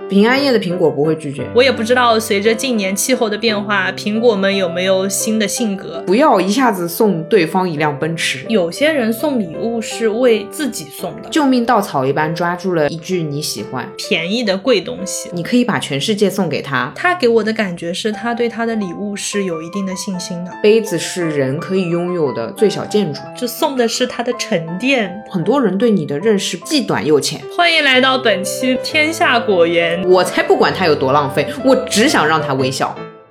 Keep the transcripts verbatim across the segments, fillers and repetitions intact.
平安夜的苹果不会拒绝。 我也不知道随着近年气候的变化，苹果们有没有新的性格。 不要一下子送对方一辆奔驰。 有些人送礼物是为自己送的， 救命稻草一般抓住了一句你喜欢便宜的贵东西， 你可以把全世界送给他。 他给我的感觉是他对他的礼物是有一定的信心的。 杯子是人可以拥有的最小建筑， 这送的是他的沉淀。 很多人对你的认识既短又浅。 欢迎来到本期天下果园。 我才不管他有多浪费，我只想让他微笑。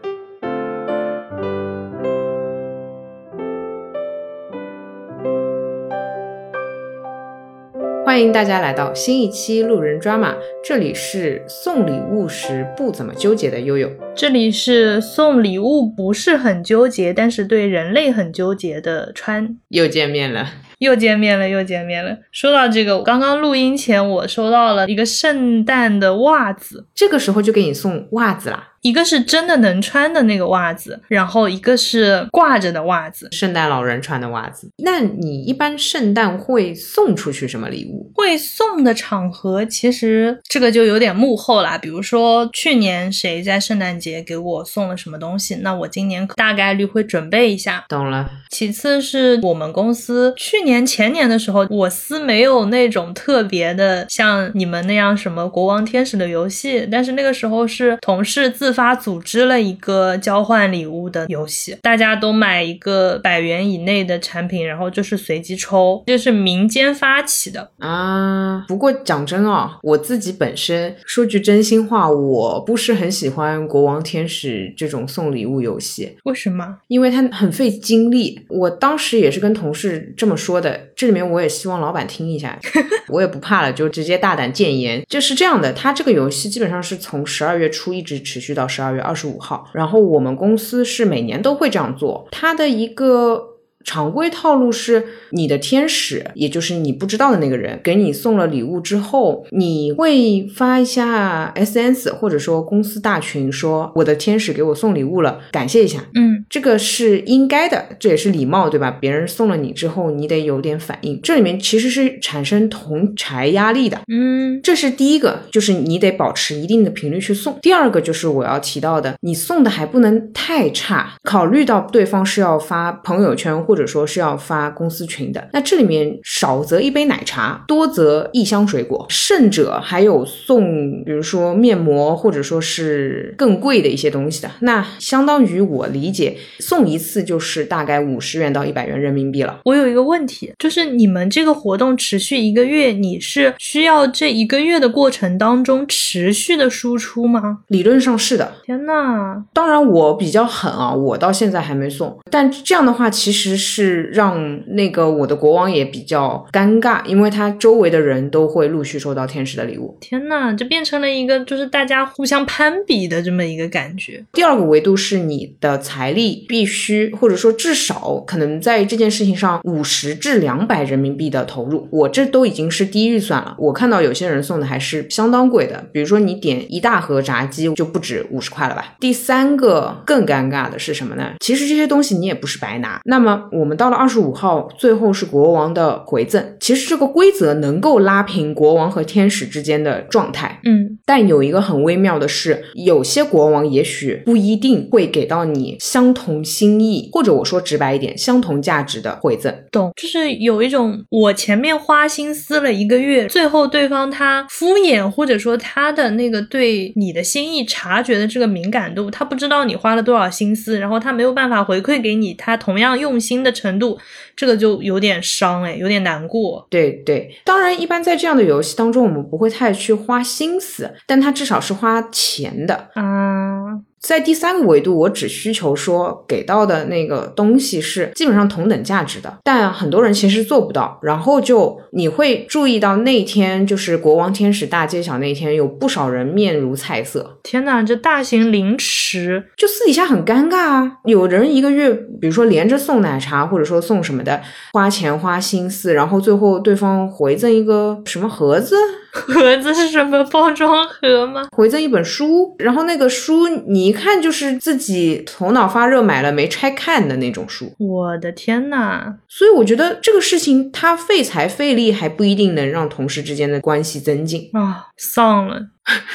欢迎大家来到新一期路人 drama， 这里是送礼物时不怎么纠结的悠悠， 这里是送礼物不是很纠结但是对人类很纠结的川。 又见面了又见面了又见面了。说到这个，刚刚录音前我收到了一个圣诞的袜子， 这个时候就给你送袜子啦。 一个是真的能穿的那个袜子，然后一个是挂着的袜子， 圣诞老人穿的袜子。那你一般圣诞会送出去什么礼物？ 会送的场合其实这个就有点幕后啦，比如说去年谁在圣诞节给我送了什么东西，那我今年大概率会准备一下。 懂了。 其次是我们公司去年前年的时候，我司没有那种特别的像你们那样什么国王天使的游戏，但是那个时候是同事自发组织了一个交换礼物的游戏，大家都买一个百元以内的产品，然后就是随机抽，就是民间发起的啊。不过讲真啊，我自己本身说句真心话，我不是很喜欢国王天使这种送礼物游戏。 为什么？ 因为它很费精力。我当时也是跟同事这么说的，这里面我也希望老板听一下我也不怕了，就直接大胆谏言。就是这样的，它这个游戏基本上是从十二月初一直持续到十二月二十五号，然后我们公司是每年都会这样做。它的一个常规套路是，你的天使，也就是你不知道的那个人，给你送了礼物之后，你会发一下 S N S 或者说公司大群说我的天使给我送礼物了，感谢一下。 嗯， 这个是应该的，这也是礼貌，对吧？别人送了你之后你得有点反应，这里面其实是产生同侪压力的。 嗯， 这是第一个，就是你得保持一定的频率去送。第二个就是我要提到的，你送的还不能太差，考虑到对方是要发朋友圈或者说是要发公司群的，那这里面少则一杯奶茶，多则一箱水果，甚者还有送比如说面膜或者说是更贵的一些东西的，那相当于我理解送一次就是大概五十元到一百元人民币了。 我有一个问题，就是你们这个活动持续一个月，你是需要这一个月的过程当中持续的输出吗？ 理论上是的。 天哪！ 当然我比较狠啊，我到现在还没送，但这样的话其实是让那个我的国王也比较尴尬，因为他周围的人都会陆续收到天使的礼物。 天哪，这变成了一个就是大家互相攀比的这么一个感觉。 第二个维度是你的财力必须或者说至少可能在这件事情上五十至两百人民币的投入，我这都已经是低预算了。我看到有些人送的还是相当贵的，比如说你点一大盒炸鸡就不止五十块了吧。第三个更尴尬的是什么呢？其实这些东西你也不是白拿，那么我们到了二十五号最后是国王的回赠，其实这个规则能够拉平国王和天使之间的状态。 嗯， 但有一个很微妙的是，有些国王也许不一定会给到你相同心意，或者我说直白一点，相同价值的回赠。 懂，就是有一种我前面花心思了一个月，最后对方他敷衍，或者说他的那个对你的心意察觉的这个敏感度，他不知道你花了多少心思，然后他没有办法回馈给你他同样用心的程度，这个就有点伤诶，有点难过。 对对，当然一般在这样的游戏当中我们不会太去花心思，但它至少是花钱的啊。 在第三个维度，我只需求说给到的那个东西是基本上同等价值的，但很多人其实做不到，然后就你会注意到那天就是国王天使大揭晓那天，有不少人面如菜色。 天哪，这大型凌迟， 就私底下很尴尬啊。有人一个月比如说连着送奶茶或者说送什么的，花钱花心思，然后最后对方回赠一个什么盒子， 盒子是什么包装盒吗？ 回赠一本书，然后那个书你一看就是自己头脑发热买了没拆看的那种书。 我的天哪！ 所以我觉得这个事情它费财费力还不一定能让同事之间的关系增进啊，丧了。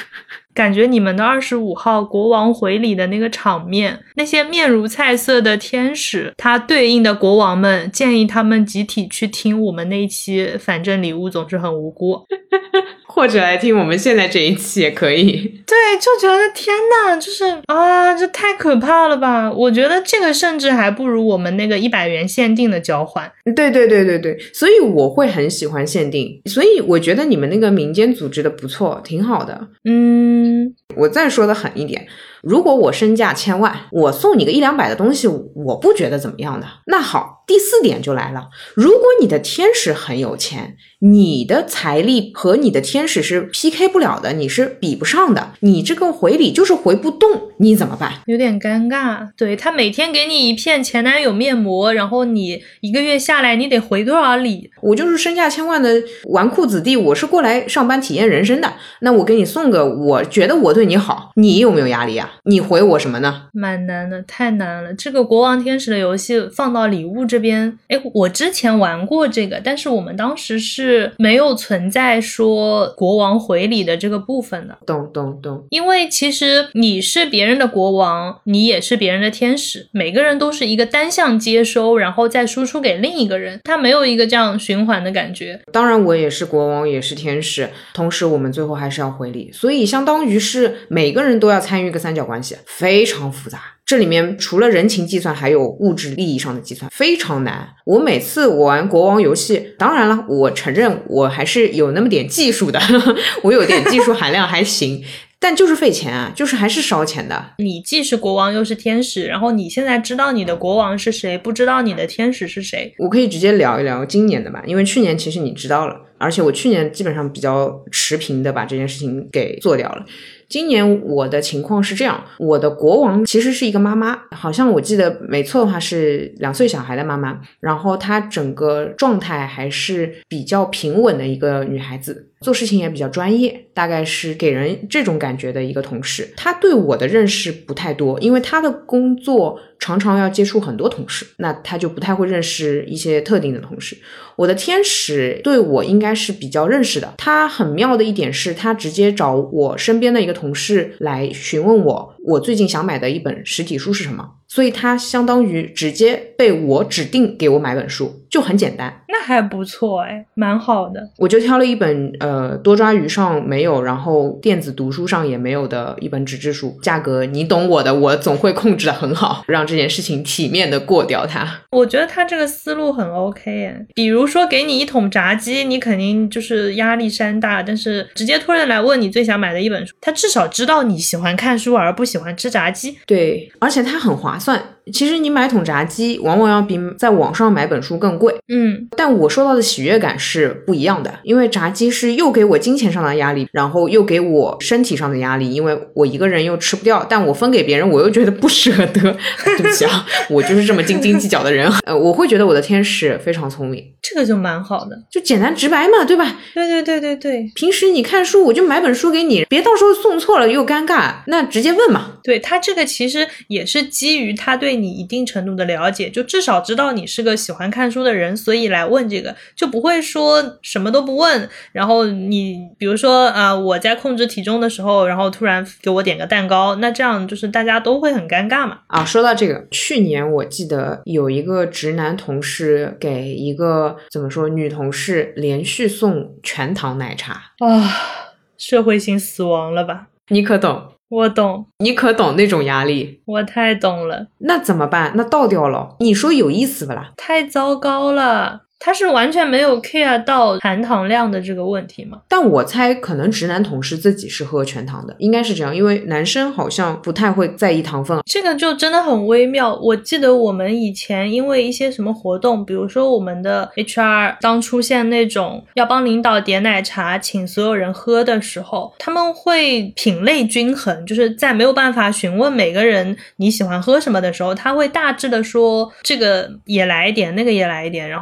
感觉你们的二十五号国王回礼的那个场面，那些面如菜色的天使，它对应的国王们，建议他们集体去听我们那一期反正礼物总是很无辜或者来听我们现在这一期也可以。 对，就觉得天哪，就是啊，这太可怕了吧。我觉得这个甚至还不如我们那个一百元限定的交换。 对对对对对，所以我会很喜欢限定，所以我觉得你们那个民间组织的不错，挺好的。 嗯， 我再说的狠一点，如果我身价千万，我送你个一两百的东西，我不觉得怎么样的。那好，第四点就来了，如果你的天使很有钱，你的财力和你的天使是 P K 不了的，你是比不上的，你这个回礼就是回不动，你怎么办？ 有点尴尬。对，他每天给你一片前男友面膜，然后你一个月下来你得回多少礼？ 我就是身价千万的纨绔子弟，我是过来上班体验人生的，那我给你送个我觉得我对你好，你有没有压力啊？你回我什么呢？ 蛮难的，太难了。这个国王天使的游戏放到礼物这边，诶，我之前玩过这个，但是我们当时是没有存在说国王回礼的这个部分的。 懂懂懂。 因为其实你是别人的国王，你也是别人的天使，每个人都是一个单向接收，然后再输出给另一个人，他没有一个这样循环的感觉。 当然我也是国王，也是天使，同时我们最后还是要回礼，所以相当于是每个人都要参与一个三角关系，非常复杂。这里面除了人情计算，还有物质利益上的计算，非常难。我每次我玩国王游戏，当然了，我承认我还是有那么点技术的，我有点技术含量还行，但就是费钱啊，就是还是烧钱的。 你既是国王又是天使，然后你现在知道你的国王是谁，不知道你的天使是谁。 我可以直接聊一聊今年的吧，因为去年其实你知道了，而且我去年基本上比较持平的把这件事情给做掉了。今年我的情况是这样，我的国王其实是一个妈妈，好像我记得没错的话是两岁小孩的妈妈，然后她整个状态还是比较平稳的一个女孩子，做事情也比较专业，大概是给人这种感觉的一个同事。她对我的认识不太多，因为她的工作常常要接触很多同事，那她就不太会认识一些特定的同事。我的天使对我应该是比较认识的，他很妙的一点是他直接找我身边的一个同事来询问我我最近想买的一本实体书是什么，所以他相当于直接被我指定给我买本书，就很简单。 那还不错诶，蛮好的。 我就挑了一本呃多抓鱼上没有，然后电子读书上也没有的一本纸质书，价格你懂我的，我总会控制得很好，让这件事情体面的过掉它。 我觉得他这个思路很 OK 耶。比如说给你一桶炸鸡，你肯定就是压力山大，但是直接突然来问你最想买的一本书，他至少知道你喜欢看书而不喜欢吃炸鸡。 对，而且它很划算。其实你买桶炸鸡往往要比在网上买本书更贵， 嗯， 但我收到的喜悦感是不一样的，因为炸鸡是又给我金钱上的压力，然后又给我身体上的压力，因为我一个人又吃不掉，但我分给别人我又觉得不舍得。对不起啊，我就是这么斤斤计较的人。呃，我会觉得我的天使非常聪明， 这个就蛮好的， 就简单直白嘛，对吧？ 对对对对对， 平时你看书我就买本书给你，别到时候送错了又尴尬，那直接问嘛。 对，他这个其实也是基于他对你一定程度的了解，就至少知道你是个喜欢看书的人，所以来问这个，就不会说什么都不问。然后你比如说啊、呃，我在控制体重的时候，然后突然给我点个蛋糕，那这样就是大家都会很尴尬嘛。 啊，说到这个，去年我记得有一个直男同事给一个怎么说女同事连续送全糖奶茶啊，社会性死亡了吧？ 你可懂？ 我懂， 你可懂那种压力？ 我太懂了。 那怎么办？那倒掉了，你说有意思不啦？ 太糟糕了。他是完全没有 care 到含糖量的这个问题吗？ 但我猜可能直男同事自己是喝全糖的，应该是这样，因为男生好像不太会在意糖分。 这个就真的很微妙。我记得我们以前因为一些什么活动，比如说我们的 H R 当出现那种要帮领导点奶茶请所有人喝的时候，他们会品类均衡，就是在没有办法询问每个人你喜欢喝什么的时候，他会大致的说这个也来一点，那个也来一点，然后不同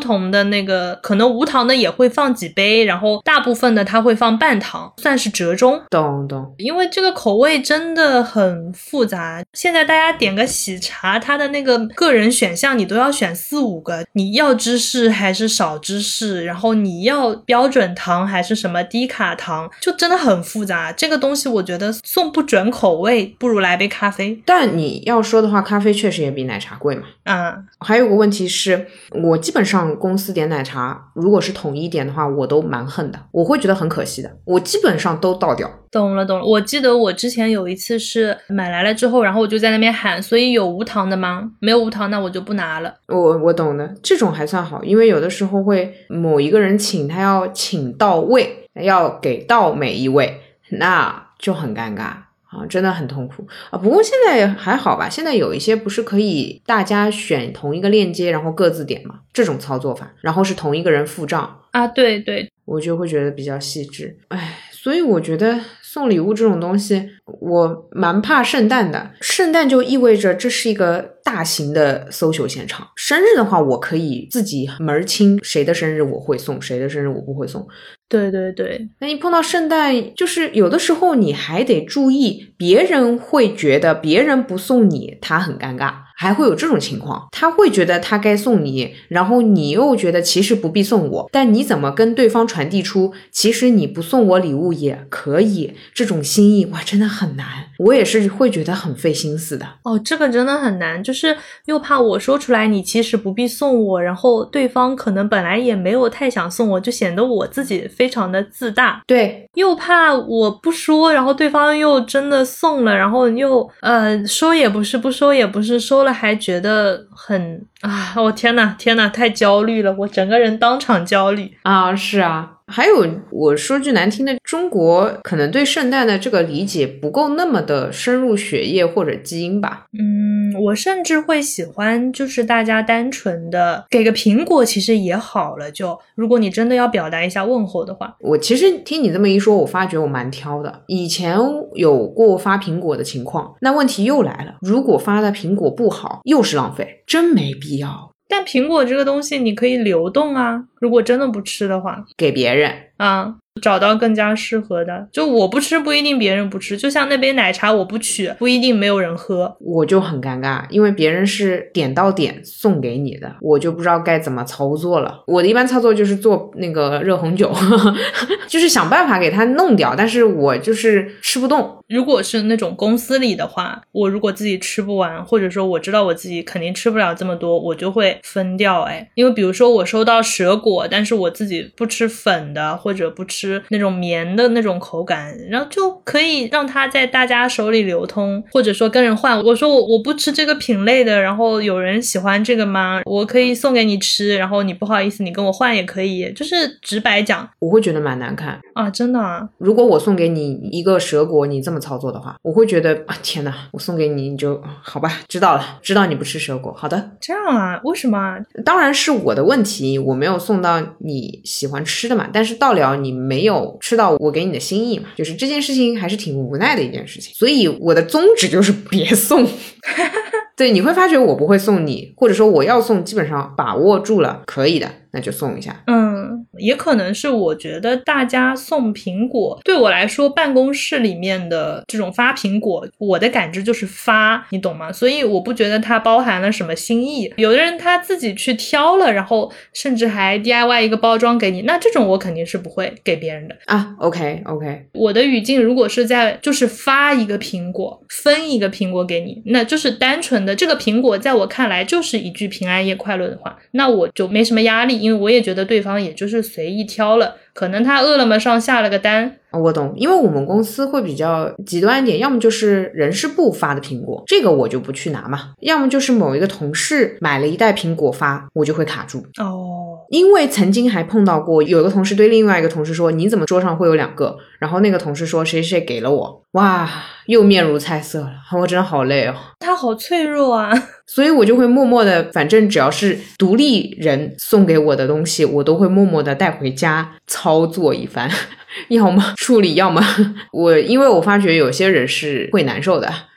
同的那个，可能无糖的也会放几杯，然后大部分的它会放半糖，算是折中。 懂懂。 因为这个口味真的很复杂，现在大家点个喜茶，它的那个个人选项你都要选四五个，你要芝士还是少芝士，然后你要标准糖还是什么低卡糖，就真的很复杂。这个东西我觉得送不准口味，不如来杯咖啡。 但你要说的话，咖啡确实也比奶茶贵嘛。 啊， 还有个问题是，我基本上公司点奶茶，如果是统一点的话，我都蛮恨的，我会觉得很可惜的，我基本上都倒掉。 懂了懂了，我记得我之前有一次是买来了之后，然后我就在那边喊，所以有无糖的吗？没有无糖，那我就不拿了。 我我懂的，这种还算好，因为有的时候会某一个人请，他要请到位，要给到每一位，那就很尴尬啊，真的很痛苦啊。不过现在还好吧，现在有一些不是可以大家选同一个链接，然后各自点嘛，这种操作法，然后是同一个人付账啊，对对， 我就会觉得比较细致。哎，所以我觉得送礼物这种东西，我蛮怕圣诞的。圣诞就意味着这是一个大型的 social 现场。生日的话，我可以自己门儿清，谁的生日我会送，谁的生日我不会送。 对对对， 那一碰到圣诞，就是有的时候你还得注意，别人会觉得别人不送你，他很尴尬，还会有这种情况，他会觉得他该送你，然后你又觉得其实不必送我，但你怎么跟对方传递出其实你不送我礼物也可以这种心意，哇，真的很难，我也是会觉得很费心思的。 哦，这个真的很难，就是又怕我说出来你其实不必送我，然后对方可能本来也没有太想送我，就显得我自己非常的自大。 对， 又怕我不说，然后对方又真的送了，然后又呃收也不是，不收也不是，收了还觉得很啊，我、哦、天哪天哪，太焦虑了，我整个人当场焦虑啊。是啊，还有我说句难听的，中国可能对圣诞的这个理解不够那么的深入血液或者基因吧。 嗯，我甚至会喜欢就是大家单纯的给个苹果其实也好了，就如果你真的要表达一下问候的话。 我其实听你这么一说，我发觉我蛮挑的，以前有过发苹果的情况，那问题又来了，如果发的苹果不好又是浪费，真没必要。 但苹果这个东西你可以流动啊，如果真的不吃的话， 给别人啊，找到更加适合的。就我不吃不一定别人不吃，就像那杯奶茶我不取不一定没有人喝。 我就很尴尬，因为别人是点到点送给你的，我就不知道该怎么操作了。我的一般操作就是做那个热红酒就是想办法给它弄掉，但是我就是吃不动。 如果是那种公司里的话，我如果自己吃不完，或者说我知道我自己肯定吃不了这么多，我就会分掉。哎，因为比如说我收到蛇果，但是我自己不吃粉的，或者不吃那种绵的那种口感，然后就可以让它在大家手里流通，或者说跟人换。我说我我不吃这个品类的，然后有人喜欢这个吗？我可以送给你吃，然后你不好意思你跟我换也可以，就是直白讲。 我会觉得蛮难看啊，真的啊。 如果我送给你一个蛇果，你这么操作的话，我会觉得啊，天哪，我送给你你就好吧，知道了，知道你不吃蛇果，好的。 这样啊？为什么啊？ 当然是我的问题，我没有送到你喜欢吃的嘛，但是到了你没有吃到我给你的心意嘛，就是这件事情还是挺无奈的一件事情，所以我的宗旨就是别送对，你会发觉我不会送你，或者说我要送基本上把握住了可以的那就送一下。 嗯，也可能是我觉得大家送苹果，对我来说办公室里面的这种发苹果，我的感知就是发，你懂吗？所以我不觉得它包含了什么心意。有的人他自己去挑了，然后甚至还 D I Y 一个包装给你，那这种我肯定是不会给别人的啊。 OK OK， 我的语境如果是在就是发一个苹果，分一个苹果给你，那就是单纯的这个苹果在我看来就是一句平安夜快乐的话，那我就没什么压力，因为我也觉得对方也就是随意挑了，可能他饿了么上下了个单。 我懂，因为我们公司会比较极端一点，要么就是人事部发的苹果，这个我就不去拿嘛，要么就是某一个同事买了一袋苹果发，我就会卡住。 哦， 因为曾经还碰到过有一个同事对另外一个同事说你怎么桌上会有两个，然后那个同事说谁谁给了我，哇，又面如菜色了，我真的好累哦。 他好脆弱啊。 所以我就会默默的，反正只要是独立人送给我的东西，我都会默默的带回家操作一番，要么处理，要么我因为我发觉有些人是会难受的，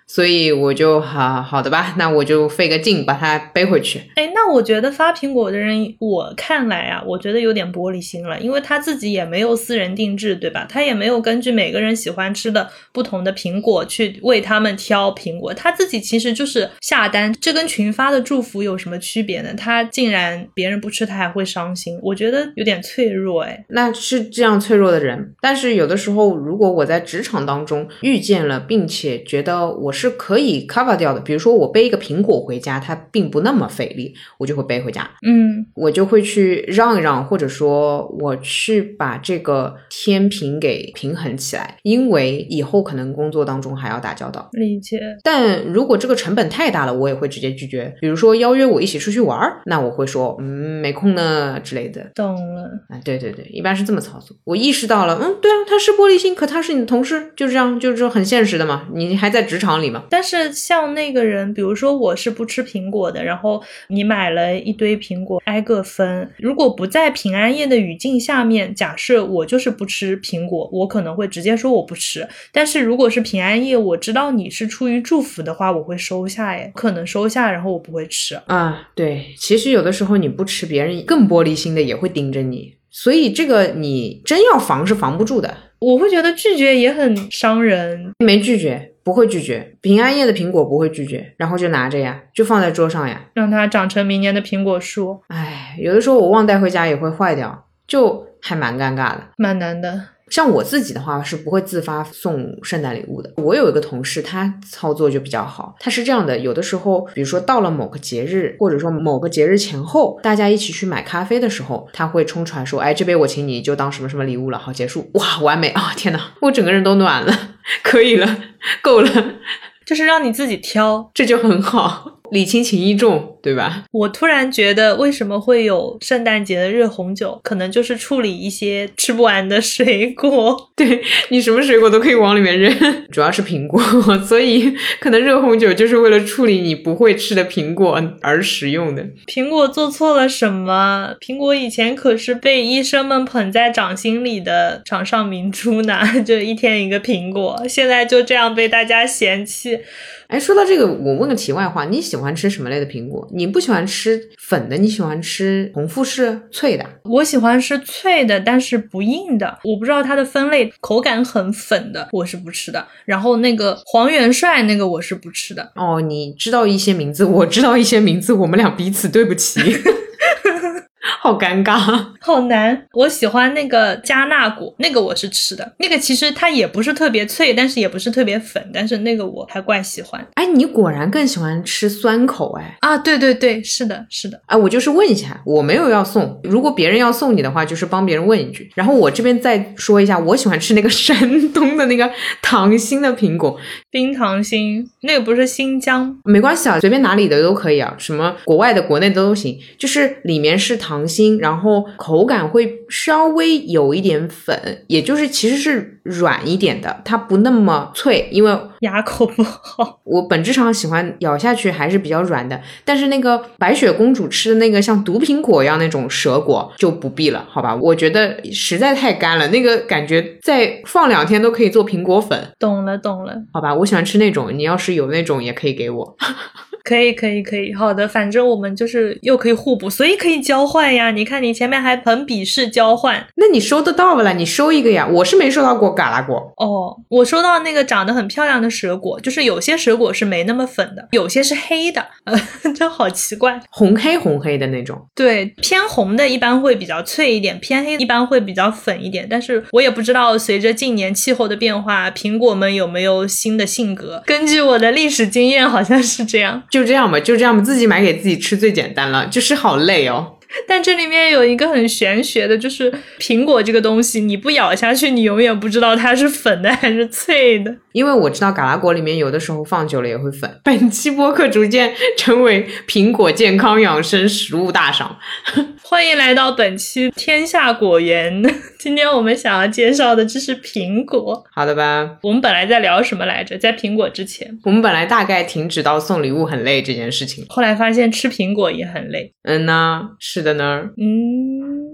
所以我就好好的吧，那我就费个劲把它背回去。 哎，那我觉得发苹果的人，我看来啊，我觉得有点玻璃心了，因为他自己也没有私人定制，对吧？他也没有根据每个人喜欢吃的不同的苹果去为他们挑苹果，他自己其实就是下单，这跟群发的祝福有什么区别呢？他竟然别人不吃他还会伤心，我觉得有点脆弱。哎， 那是这样脆弱的人，但是有的时候如果我在职场当中遇见了，并且觉得我是可以 cover 掉的，比如说我背一个苹果回家，它并不那么费力，我就会背回家。 嗯， 我就会去让一让，或者说我去把这个天平给平衡起来，因为以后可能工作当中还要打交道。 理解。 但如果这个成本太大了，我也会直接拒绝。比如说邀约我一起出去玩，那我会说嗯没空呢之类的。 懂了。 啊，对对对，一般是这么操作。我意识到了，嗯，对啊，他是玻璃心，可他是你的同事，就这样，就是很现实的嘛。你还在职场里嘛。 但是像那个人，比如说我是不吃苹果的，然后你买了一堆苹果挨个分，如果不在平安夜的语境下面，假设我就是不吃苹果，我可能会直接说我不吃。但是如果是平安夜，我知道你是出于祝福的话，我会收下耶，可能收下，然后我不会吃啊。对，其实有的时候你不吃，别人更玻璃心的也会盯着你，所以这个你真要防是防不住的。 我会觉得拒绝也很伤人。 没拒绝，不会拒绝，平安夜的苹果不会拒绝，然后就拿着呀，就放在桌上呀， 让它长成明年的苹果树。 唉，有的时候我忘带回家也会坏掉，就还蛮尴尬的， 蛮难的。 像我自己的话是不会自发送圣诞礼物的。我有一个同事，他操作就比较好，他是这样的，有的时候比如说到了某个节日，或者说某个节日前后，大家一起去买咖啡的时候，他会冲出来说，哎，这杯我请你，就当什么什么礼物了，好，结束。哇，完美啊、哦！天哪，我整个人都暖了，可以了，够了， 就是让你自己挑， 这就很好，礼轻情意重，对吧？ 我突然觉得为什么会有圣诞节的热红酒，可能就是处理一些吃不完的水果。 对，你什么水果都可以往里面扔，主要是苹果，所以可能热红酒就是为了处理你不会吃的苹果而使用的。 苹果做错了什么？苹果以前可是被医生们捧在掌心里的掌上明珠呢，就一天一个苹果，现在就这样被大家嫌弃。 哎，说到这个，我问个题外话，你喜欢吃什么类的苹果？你不喜欢吃粉的，你喜欢吃红富士脆的？ 我喜欢吃脆的，但是不硬的。我不知道它的分类，口感很粉的我是不吃的，然后那个黄元帅那个我是不吃的。 哦，你知道一些名字，我知道一些名字，我们俩彼此对不起。好尴尬， 好难。我喜欢那个加纳果，那个我是吃的，那个其实它也不是特别脆，但是也不是特别粉，但是那个我还怪喜欢。 哎，你果然更喜欢吃酸口。哎啊，对对对，是的是的。 哎，我就是问一下，我没有要送，如果别人要送你的话，就是帮别人问一句。然后我这边再说一下，我喜欢吃那个山东的那个糖心的苹果， 冰糖心，那个不是新疆？ 没关系啊，随便哪里的都可以啊，什么国外的国内的都行，就是里面是糖心，然后口感会稍微有一点粉，也就是其实是软一点的，它不那么脆，因为牙口不好， 我本质上喜欢咬下去还是比较软的，但是那个白雪公主吃的那个像毒苹果一样那种蛇果就不必了，好吧，我觉得实在太干了，那个感觉再放两天都可以做苹果粉。 懂了懂了， 好吧，我喜欢吃那种，你要是有那种也可以给我。 可以可以可以，好的，反正我们就是又可以互补，所以可以交换呀。你看你前面还很鄙视交换， 那你收得到了，你收一个呀。我是没收到过嘎啦果。 哦，我收到那个长得很漂亮的蛇果，就是有些蛇果是没那么粉的，有些是黑的，呃，这好奇怪， 红黑红黑的那种。 对，偏红的一般会比较脆一点，偏黑一般会比较粉一点。但是我也不知道随着近年气候的变化，苹果们有没有新的性格。根据我的历史经验，好像是这样。 就这样吧，就这样吧，自己买给自己吃最简单了，就是好累哦。 但这里面有一个很玄学的，就是苹果这个东西，你不咬下去，你永远不知道它是粉的还是脆的。 因为我知道嘎啦果里面有的时候放久了也会粉。本期播客逐渐成为苹果健康养生食物大赏。 欢迎来到本期天下果园。今天我们想要介绍的就是苹果。 好的吧。 我们本来在聊什么来着？在苹果之前， 我们本来大概停止到送礼物很累这件事情， 后来发现吃苹果也很累。 嗯呐，是的呢。 嗯。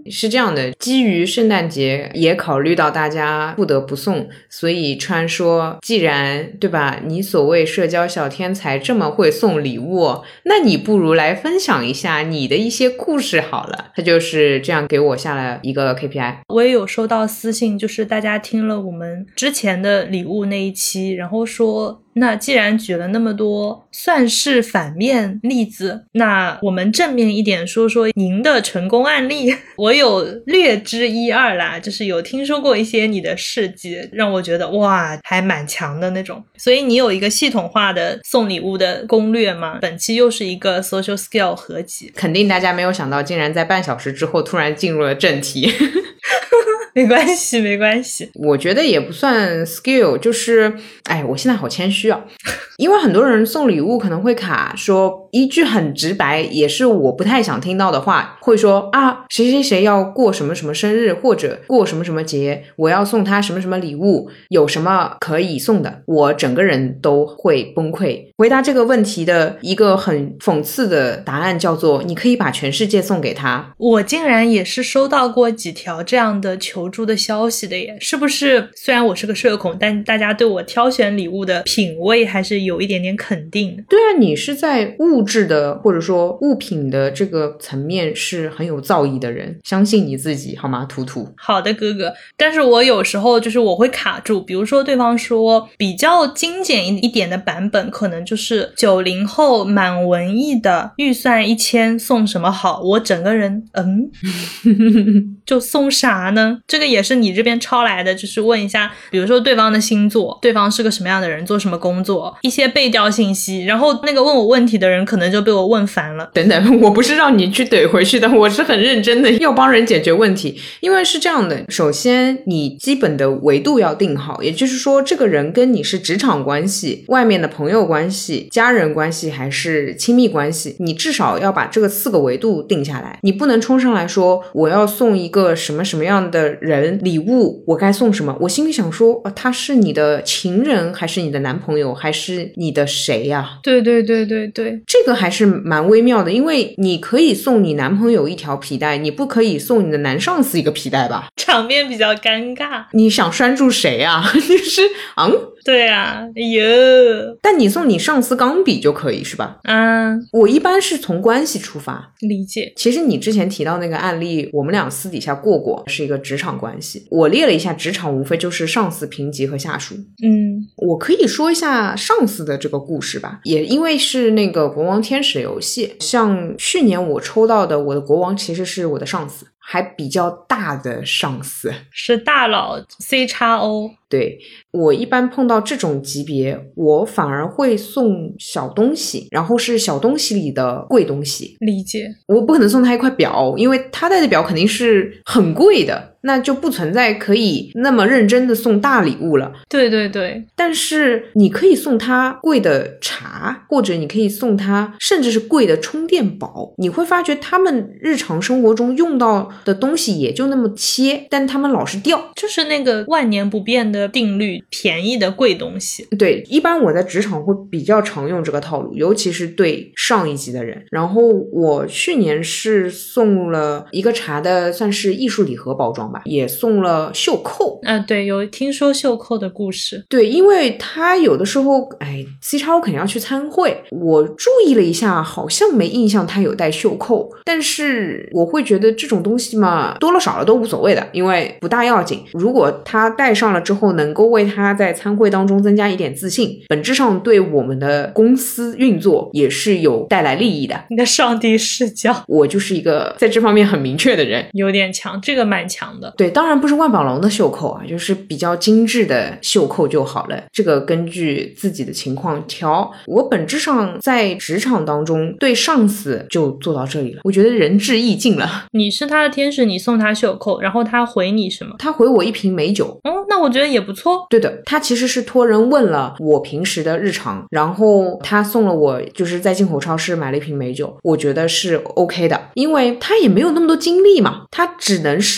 是这样的，基于圣诞节也考虑到大家不得不送，所以川说既然对吧，你所谓社交小天才这么会送礼物，那你不如来分享一下你的一些故事好了。他就是这样给我下了一个 K P I。 我也有收到私信，就是大家听了我们之前的礼物那一期，然后说那既然举了那么多算是反面例子，那我们正面一点说说您的成功案例。我有略知一二啦，就是有听说过一些你的事迹，让我觉得哇还蛮强的那种。所以你有一个系统化的送礼物的攻略吗？本期又是一个 social skill 合集。 肯定大家没有想到竟然在半小时之后突然进入了正题。 没关系没关系， 我觉得也不算 skill， 就是哎，我现在好谦虚啊。因为很多人送礼物可能会卡，说一句很直白也是我不太想听到的话，会说啊谁谁谁要过什么什么生日，或者过什么什么节，我要送他什么什么礼物，有什么可以送的，我整个人都会崩溃。回答这个问题的一个很讽刺的答案叫做你可以把全世界送给他。 我竟然也是收到过几条这样的求助的消息的耶，是不是虽然我是个社恐，但大家对我挑选礼物的品味还是有一点点肯定的。 对啊，你是在物质的或者说物品的这个层面是很有造诣的人，相信你自己好吗，图图？ 好的哥哥，但是我有时候就是我会卡住，比如说对方说比较精简一点的版本可能就是九零后满文艺的预算一千送什么好，我整个人嗯就送啥呢？这个也是你这边抄来的，就是问一下比如说对方的星座，对方是个什么样的人，做什么工作，一些背调信息，然后那个问我问题的人可能就被我问烦了。 等等，我不是让你去怼回去的，我是很认真的要帮人解决问题。因为是这样的，首先你基本的维度要定好，也就是说这个人跟你是职场关系、外面的朋友关系、家人关系还是亲密关系，你至少要把这个四个维度定下来。你不能冲上来说我要送一个什么什么样的人礼物，我该送什么，我心里想说、啊、他是你的情人还是你的男朋友还是你的谁呀、啊？ 对对对对对， 这个还是蛮微妙的，因为你可以送你男朋友一条皮带，你不可以送你的男上司一个皮带吧？ 场面比较尴尬。 你想拴住谁啊？就是嗯， 对啊，哎呦， 但你送你上司钢笔就可以是吧？ 啊， 我一般是从关系出发。 理解。 其实你之前提到那个案例，我们俩私底下过过，是一个职场关系。我列了一下，职场无非就是上司评级和下属。 嗯， 我可以说一下上司的这个故事吧，也因为是那个国王天使游戏，像去年我抽到的我的国王其实是我的上司，还比较大的上司， 是大佬 C X O。 对，我一般碰到这种级别，我反而会送小东西，然后是小东西里的贵东西。 理解。 我不可能送他一块表，因为他戴的表肯定是很贵的，那就不存在可以那么认真的送大礼物了。 对对对， 但是你可以送他贵的茶，或者你可以送他甚至是贵的充电宝，你会发觉他们日常生活中用到的东西也就那么些，但他们老是掉， 就是那个万年不变的定律，便宜的贵东西。 对，一般我在职场会比较常用这个套路，尤其是对上一级的人。然后我去年是送了一个茶的算是艺术礼盒包装吧，也送了袖扣啊，对，有听说袖扣的故事。 对，因为他有的时候哎 C X O 肯定要去参会，我注意了一下，好像没印象他有带袖扣，但是我会觉得这种东西嘛，多了少了都无所谓的，因为不大要紧。如果他带上了之后能够为他在参会当中增加一点自信，本质上对我们的公司运作也是有带来利益的。 你的上帝视角， 我就是一个在这方面很明确的人。 有点强，这个蛮强的。 对，当然不是万宝龙的袖扣啊，就是比较精致的袖扣就好了，这个根据自己的情况调。我本质上在职场当中对上司就做到这里了，我觉得仁至义尽了。 你是他的天使，你送他袖扣，然后他回你什么？ 他回我一瓶美酒。 哦，那我觉得也不错。 对的，他其实是托人问了我平时的日常，然后他送了我就是在进口超市买了一瓶美酒，我觉得是 OK 的，因为他也没有那么多精力嘛，他只能是实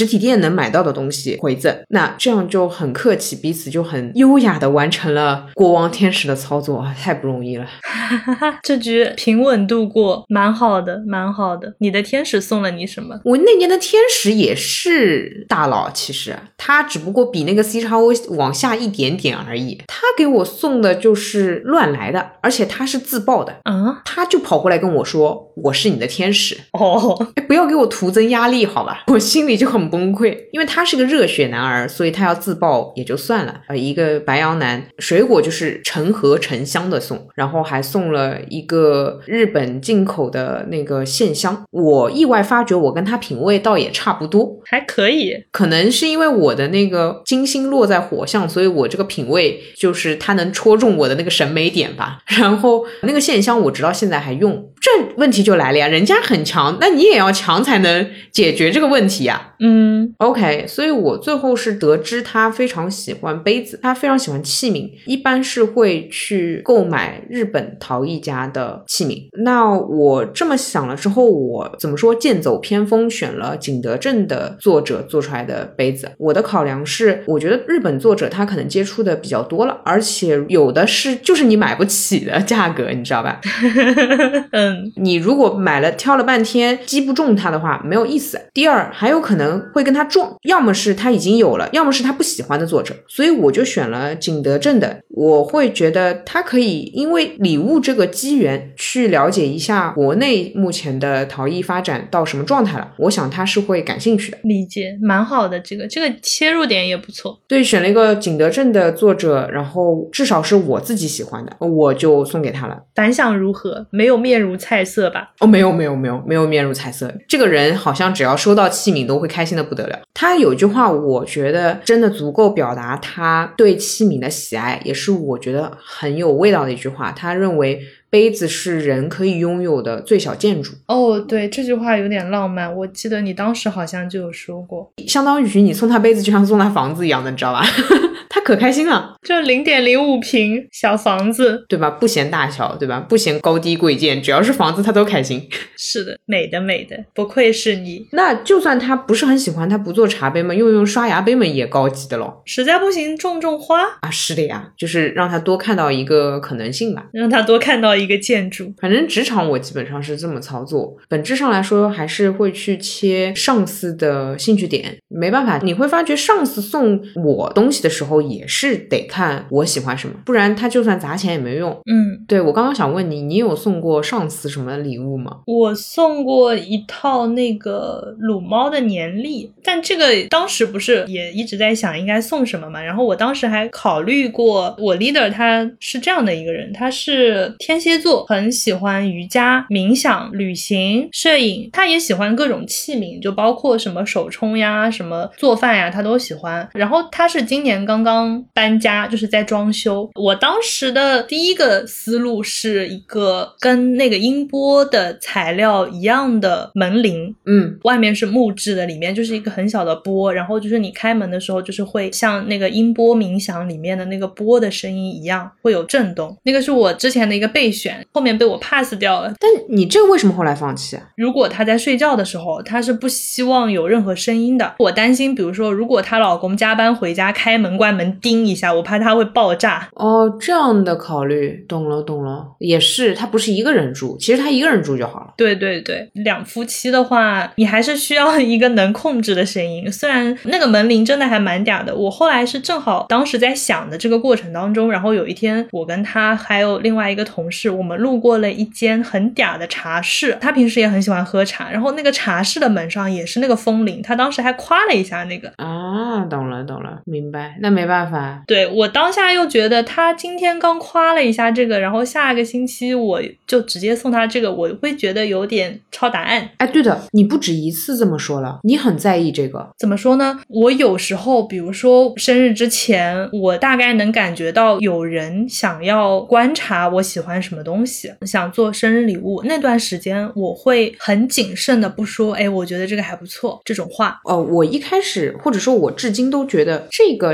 实体店能买到的东西回赠，那这样就很客气，彼此就很优雅的完成了国王天使的操作，太不容易了。 这局平稳度过，蛮好的蛮好的。你的天使送了你什么？ 我那年的天使也是大佬，其实他只不过比那个 C X O 往下一点点而已。他给我送的就是乱来的，而且他是自爆的啊， 他就跑过来跟我说我是你的天使哦， 哎，不要给我徒增压力好吧，我心里就很崩溃，因为他是个热血男儿，所以他要自爆也就算了，呃，一个白羊男，水果就是成盒成箱的送，然后还送了一个日本进口的那个线香，我意外发觉我跟他品味倒也差不多， 还可以， 可能是因为我的那个金星落在火象，所以我这个品味就是他能戳中我的那个审美点吧。然后那个线香我直到现在还用，这问题就来了呀，人家很强，那你也要强才能解决这个问题呀。 嗯 OK， 所以我最后是得知他非常喜欢杯子，他非常喜欢器皿，一般是会去购买日本陶艺家的器皿。那我这么想了之后，我怎么说剑走偏锋，选了景德镇的作者做出来的杯子。我的考量是，我觉得日本作者他可能接触的比较多了，而且有的是就是你买不起的价格，你知道吧？ 嗯， 你如果买了挑了半天击不中他的话没有意思。第二，还有可能会跟他撞，要么是他已经有了，要么是他不喜欢的作者，所以我就选了景德镇的。我会觉得他可以因为礼物这个机缘去了解一下国内目前的陶艺发展到什么状态了，我想他是会感兴趣的。 理解，蛮好的，这个这个切入点也不错。 对，选了一个景德镇的作者，然后至少是我自己喜欢的，我就送给他了。 反响如何？没有面如菜色吧？ 哦，没有没有没有没有面如菜色，这个人好像只要收到器皿都会开心的不得了。他有句话我觉得真的足够表达他对器皿的喜爱，也是我觉得很有味道的一句话。他认为杯子是人可以拥有的最小建筑。 哦，对，这句话有点浪漫，我记得你当时好像就有说过， 相当于你送他杯子就像送他房子一样的，你知道吧？他可开心了， 就 零点零五 平小房子， 对吧？不嫌大小，对吧？不嫌高低贵贱，只要是房子他都开心。 是的，美的美的，不愧是你。 那就算他不是很喜欢，他不做茶杯嘛，用用刷牙杯嘛也高级的咯。 实在不行种种花啊，是的呀，就是让他多看到一个可能性吧， 让他多看到一个建筑。 反正职场我基本上是这么操作，本质上来说还是会去切上司的兴趣点。没办法，你会发觉上司送我东西的时候也是得看我喜欢什么，不然他就算砸钱也没用。 嗯， 对，我刚刚想问你，你有送过上司什么礼物吗？ 我送过一套那个撸猫的年历，但这个当时不是也一直在想应该送什么嘛，然后我当时还考虑过，我 leader 他是这样的一个人，他是天蝎座，很喜欢瑜伽、冥想、旅行、摄影，他也喜欢各种器皿，就包括什么手冲呀、什么做饭呀，他都喜欢。然后他是今年刚刚搬家，就是在装修。我当时的第一个思路是一个跟那个音波的材料一样的门铃， 嗯， 外面是木质的，里面就是一个很小的波，然后就是你开门的时候就是会像那个音波冥想里面的那个波的声音一样会有震动，那个是我之前的一个备选，后面被我 pass 掉了。 但你这个为什么后来放弃啊？ 如果她在睡觉的时候，她是不希望有任何声音的，我担心比如说如果她老公加班回家开门关门叮一下，我怕她会爆炸。 哦，这样的考虑，懂了懂了，也是他不是一个人住，其实他一个人住就好了。 对对对，两夫妻的话你还是需要一个能控制的声音，虽然那个门铃真的还蛮嗲的，我后来是正好当时在想的这个过程当中，然后有一天我跟他还有另外一个同事，我们路过了一间很嗲的茶室，他平时也很喜欢喝茶，然后那个茶室的门上也是那个风铃，他当时还夸了一下那个。 啊，懂了懂了，明白，那没办法。 对，我当下又觉得他今天刚夸了一下这个，然后下个星期我就直接送他这个，我会觉得有点抄答案。 哎，对的，你不止一次这么说了，你很在意这个。 怎么说呢？我有时候比如说生日之前，我大概能感觉到有人想要观察我喜欢什么东西，想做生日礼物，那段时间我会很谨慎的不说哎，我觉得这个还不错这种话。 哦，我一开始或者说我至今都觉得这个想法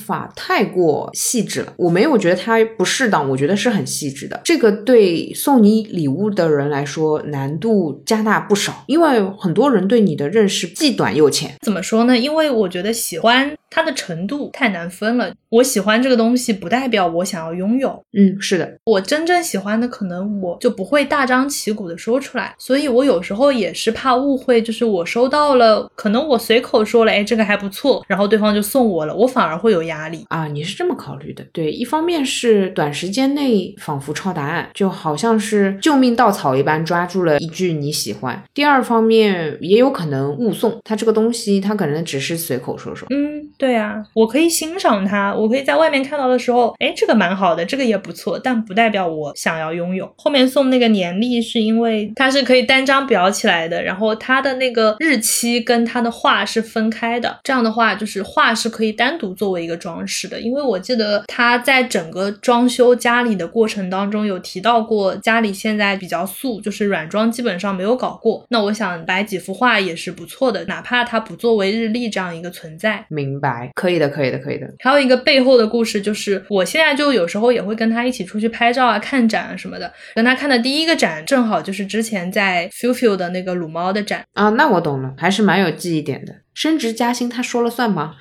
法太过细致了，我没有觉得它不适当，我觉得是很细致的。这个对送你礼物的人来说难度加大不少，因为很多人对你的认识既短又浅。 怎么说呢？因为我觉得喜欢它的程度太难分了，我喜欢这个东西不代表我想要拥有。 嗯，是的， 我真正喜欢的可能我就不会大张旗鼓的说出来，所以我有时候也是怕误会，就是我收到了，可能我随口说了，哎，这个还不错，然后对方就送我了，我反而会有压力啊。你是这么考虑的？对，一方面是短时间内仿佛抄答案，就好像是救命稻草一般抓住了一句你喜欢，第二方面也有可能误送，它这个东西它可能只是随口说说。 嗯，对啊，我可以欣赏它，我可以在外面看到的时候，哎，这个蛮好的，这个也不错，但不代表我想要拥有。后面送那个年历是因为它是可以单张裱起来的，然后它的那个日期跟它的画是分开的，这样的话就是画是可以单独作为一个装饰的。因为我记得他在整个装修家里的过程当中有提到过，家里现在比较素，就是软装基本上没有搞过，那我想摆几幅画也是不错的，哪怕它不作为日历这样一个存在。 明白，可以的可以的可以的。 还有一个背后的故事，就是我现在就有时候也会跟他一起出去拍照啊、看展啊什么的。跟他看的第一个展正好就是之前在 Fiu Fiu 的那个撸猫的展啊，那我懂了，还是蛮有记忆点的。升职加薪他说了算吗？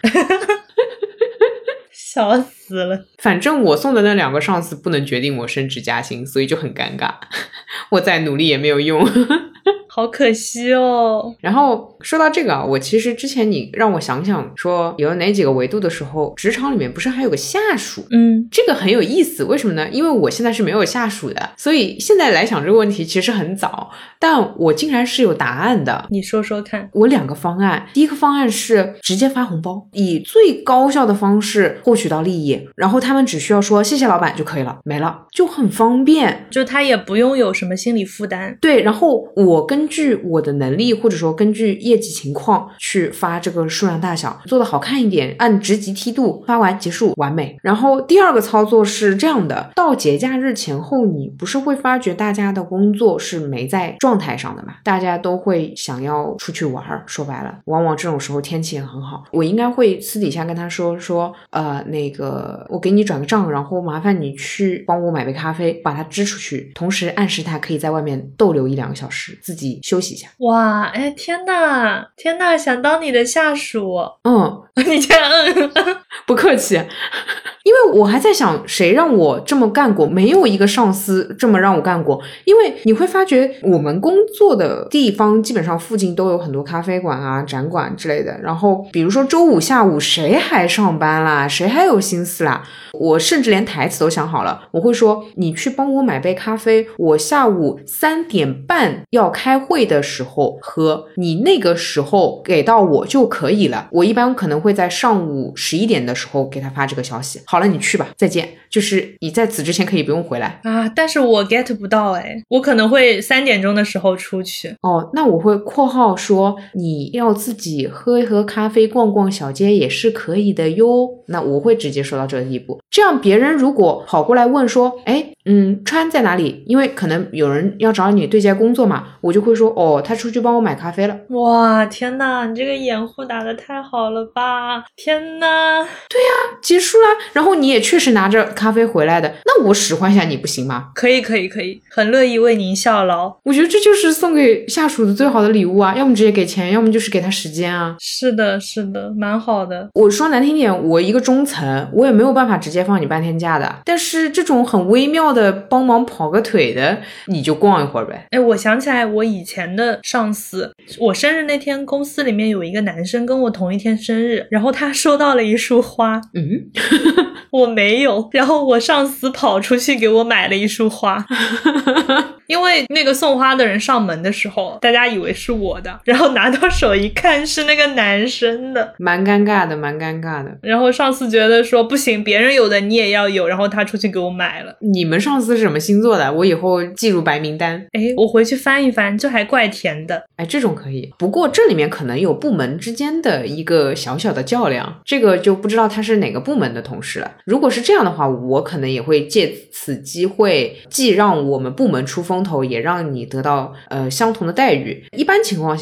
笑死了。 反正我送的那两个上司不能决定我升职加薪，所以就很尴尬，我再努力也没有用。 好可惜哦。 然后说到这个啊，我其实之前你让我想想说有哪几个维度的时候，职场里面不是还有个下属？ 嗯， 这个很有意思，为什么呢？因为我现在是没有下属的，所以现在来想这个问题其实很早，但我竟然是有答案的。 你说说看。 我两个方案，第一个方案是直接发红包，以最高效的方式获取到利益，然后他们只需要说谢谢老板就可以了，没了，就很方便， 就他也不用有什么心理负担。 对，然后我根据我的能力或者说根据业绩情况去发这个数量大小，做得好看一点，按职级梯度发完结束，完美。然后第二个操作是这样的，到节假日前后，你不是会发觉大家的工作是没在状态上的嘛，大家都会想要出去玩，说白了往往这种时候天气也很好，我应该会私底下跟他说说呃，那个我给你转个账，然后麻烦你去帮我买杯咖啡把它支出去，同时暗示他可以在外面逗留一两个小时，自己休息一下。 哇，哎，天哪天哪，想当你的下属。 嗯， 你这样嗯不客气。因为我还在想谁让我这么干过，没有一个上司这么让我干过。因为你会发觉我们工作的地方基本上附近都有很多咖啡馆啊、展馆之类的，然后比如说周五下午谁还上班啦，谁还有心思啦，我甚至连台词都想好了，我会说你去帮我买杯咖啡，我下午三点半要开会的时候喝，你那个时候给到我就可以了。我一般可能会在上午十一点的时候给他发这个消息，好了你去吧，再见，就是你在此之前可以不用回来啊。但是我 get 不到诶，我可能会三点钟的时候出去。 哦，那我会括号说你要自己喝一喝咖啡逛逛小街也是可以的哟，那我会直接说到这个地步。这样别人如果跑过来问说诶嗯，川在哪里，因为可能有人要找你对接工作嘛，我就会说哦，他出去帮我买咖啡了。 哇，天哪，你这个掩护打得太好了吧，天哪。 对呀、啊，结束啦，然后你也确实拿着咖啡回来的，那我使唤一下你不行吗？ 可以可以可以，很乐意为您效劳。 我觉得这就是送给下属的最好的礼物啊，要么直接给钱，要么就是给他时间啊。 是的是的，蛮好的。 我说难听点，我一个中层我也没有办法直接放你半天假的，但是这种很微妙的帮忙跑个腿的你就逛一会儿呗。 哎，我想起来我以前的上司，我生日那天公司里面有一个男生跟我同一天生日，然后他收到了一束花。 嗯我没有，然后我上司跑出去给我买了一束花。因为那个送花的人上门的时候大家以为是我的，然后拿到手一看是那个男生的， 蛮尴尬的蛮尴尬的。 然后上司觉得说不行，别人有的你也要有，然后他出去给我买了。 你们上司是什么星座的？我以后记入白名单。 诶，我回去翻一翻，这还怪甜的。 哎，这种可以，不过这里面可能有部门之间的一个小小的较量，这个就不知道他是哪个部门的同事了。如果是这样的话，我可能也会借此机会既让我们部门出风头，也让你得到呃相同的待遇。一般情况下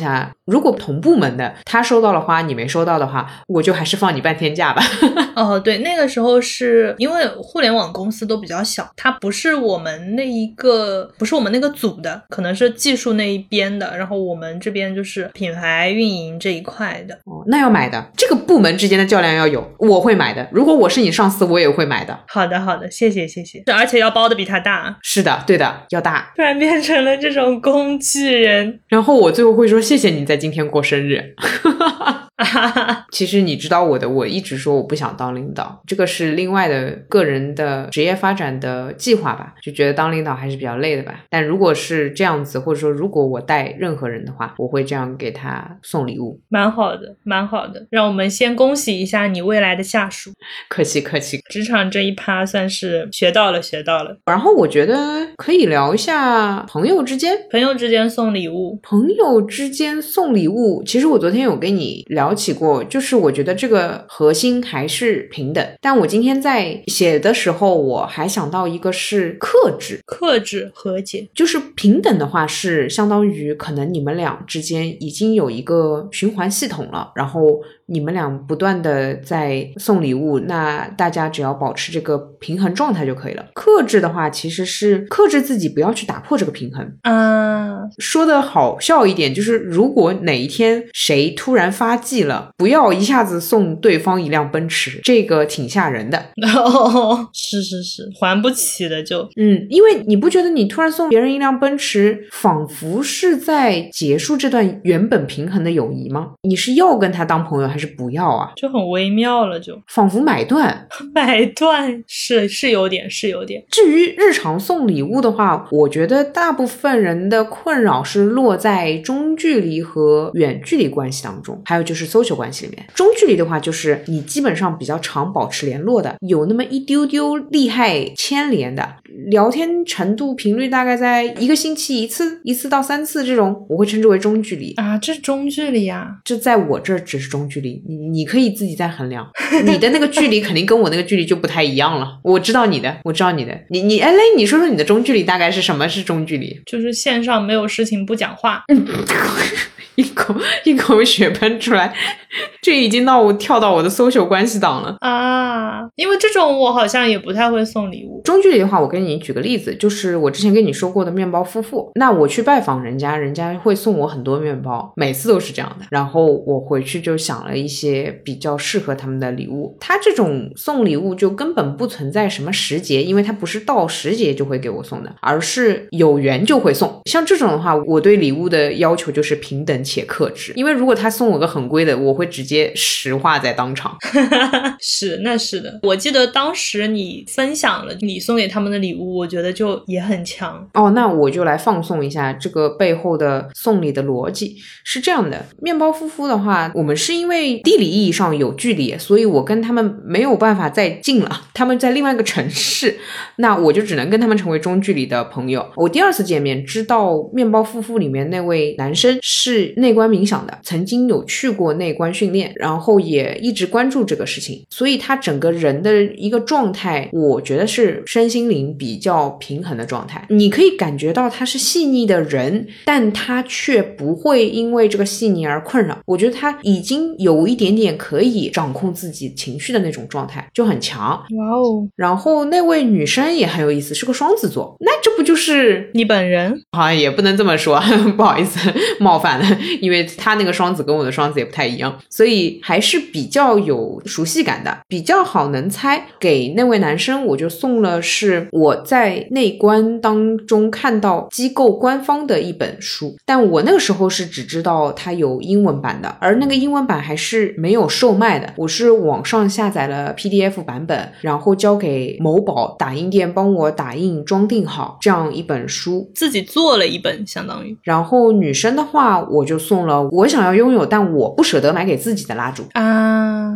如果同部门的他收到了花你没收到的话，我就还是放你半天假吧。 哦，对，那个时候是因为互联网公司都比较小，它不是我们那一个不是我们那个组的，可能是技术那一边的，然后我们这边就是品牌运营这一块的。 哦，那要买的，这个部门之间的较量要有，我会买的，如果我是你上司我也会买的。 好的好的，谢谢谢谢，而且要包的比他大。 是的，对的，要大。 突然变成了这种工具人， 然后我最后会说谢谢你在今天过生日。其实你知道我的，我一直说我不想当领导，这个是另外的个人的职业发展的计划吧，就觉得当领导还是比较累的吧。但如果是这样子，或者说如果我带任何人的话，我会这样给他送礼物。 蛮好的蛮好的，让我们先恭喜一下你未来的下属。 客气客气， 职场这一趴算是学到了学到了。 然后我觉得可以聊一下朋友之间朋友之间送礼物朋友之间送礼物，其实我昨天有跟你聊起过，就是我觉得这个核心还是平等，但我今天在写的时候我还想到一个是克制。 克制和解， 就是平等的话是相当于可能你们俩之间已经有一个循环系统了，然后你们俩不断的在送礼物，那大家只要保持这个平衡状态就可以了。克制的话其实是克制自己不要去打破这个平衡啊。 说的好笑一点，就是如果哪一天谁突然发迹了，不要一下子送对方一辆奔驰，这个挺吓人的。 哦，是是是，还不起的就嗯，因为你不觉得你突然送别人一辆奔驰仿佛是在结束这段原本平衡的友谊吗？你是要跟他当朋友还是不要啊？ 就很微妙了，就仿佛买断买断，是是有点是有点。 至于日常送礼物的话，我觉得大部分人的困扰是落在中距离和远距离关系当中，还有就是 social 关系里面。中距离的话就是你基本上比较常保持联络的，有那么一丢丢厉害牵连的，聊天程度频率大概在一个星期一次一次到三次，这种我会称之为中距离啊。这中距离啊， 这在我这只是中距离，你你可以自己再衡量。你的那个距离肯定跟我那个距离就不太一样了。我知道你的，我知道你的，你你哎嘞，你说说你的中距离大概是什么是中距离？ 就是线上没有事情不讲话。 一口一口血喷出来，这已经到我跳到我的 social 关系档了啊！因为这种我好像也不太会送礼物。 中距离的话，我跟你举个例子，就是我之前跟你说过的面包夫妇，那我去拜访人家，人家会送我很多面包，每次都是这样的。然后我回去就想了一些比较适合他们的礼物。他这种送礼物就根本不存在什么时节，因为他不是到时节就会给我送的，而是有缘就会送。像这种的话，我对礼物的要求就是平等且克制，因为如果他送我个很贵的，我会直接石化在当场。 是，那是的。我记得当时你分享了你送给他们的礼物，我觉得就也很强。 哦，那我就来放送一下这个背后的送礼的逻辑。是这样的，面包夫妇的话，我们是因为地理意义上有距离，所以我跟他们没有办法再近了，他们在另外一个城市，那我就只能跟他们成为中距离的朋友。我第二次见面知道面包夫妇里面那位男生是内观冥想的，曾经有去过内观训练，然后也一直关注这个事情，所以他整个人的一个状态我觉得是身心灵比较平衡的状态。你可以感觉到他是细腻的人，但他却不会因为这个细腻而困扰。我觉得他已经有一点点可以掌控自己情绪的那种状态，就很强。 哇哦！ 然后那位女生也很有意思，是个双子座，那这不就是你本人？ 啊，也不能这么说，不好意思冒犯了，因为他那个双子跟我的双子也不太一样，所以还是比较有熟悉感的，比较好能猜。给那位男生我就送了是我在内观当中看到机构官方的一本书，但我那个时候是只知道它有英文版的，而那个英文版还是没有售卖的，我是网上下载了 P D F 版本，然后交给某宝打印店帮我打印装订好这样一本书， 自己做了一本相当于。 然后女生的话我就送了我想要拥有但我不舍得买给自己的蜡烛啊，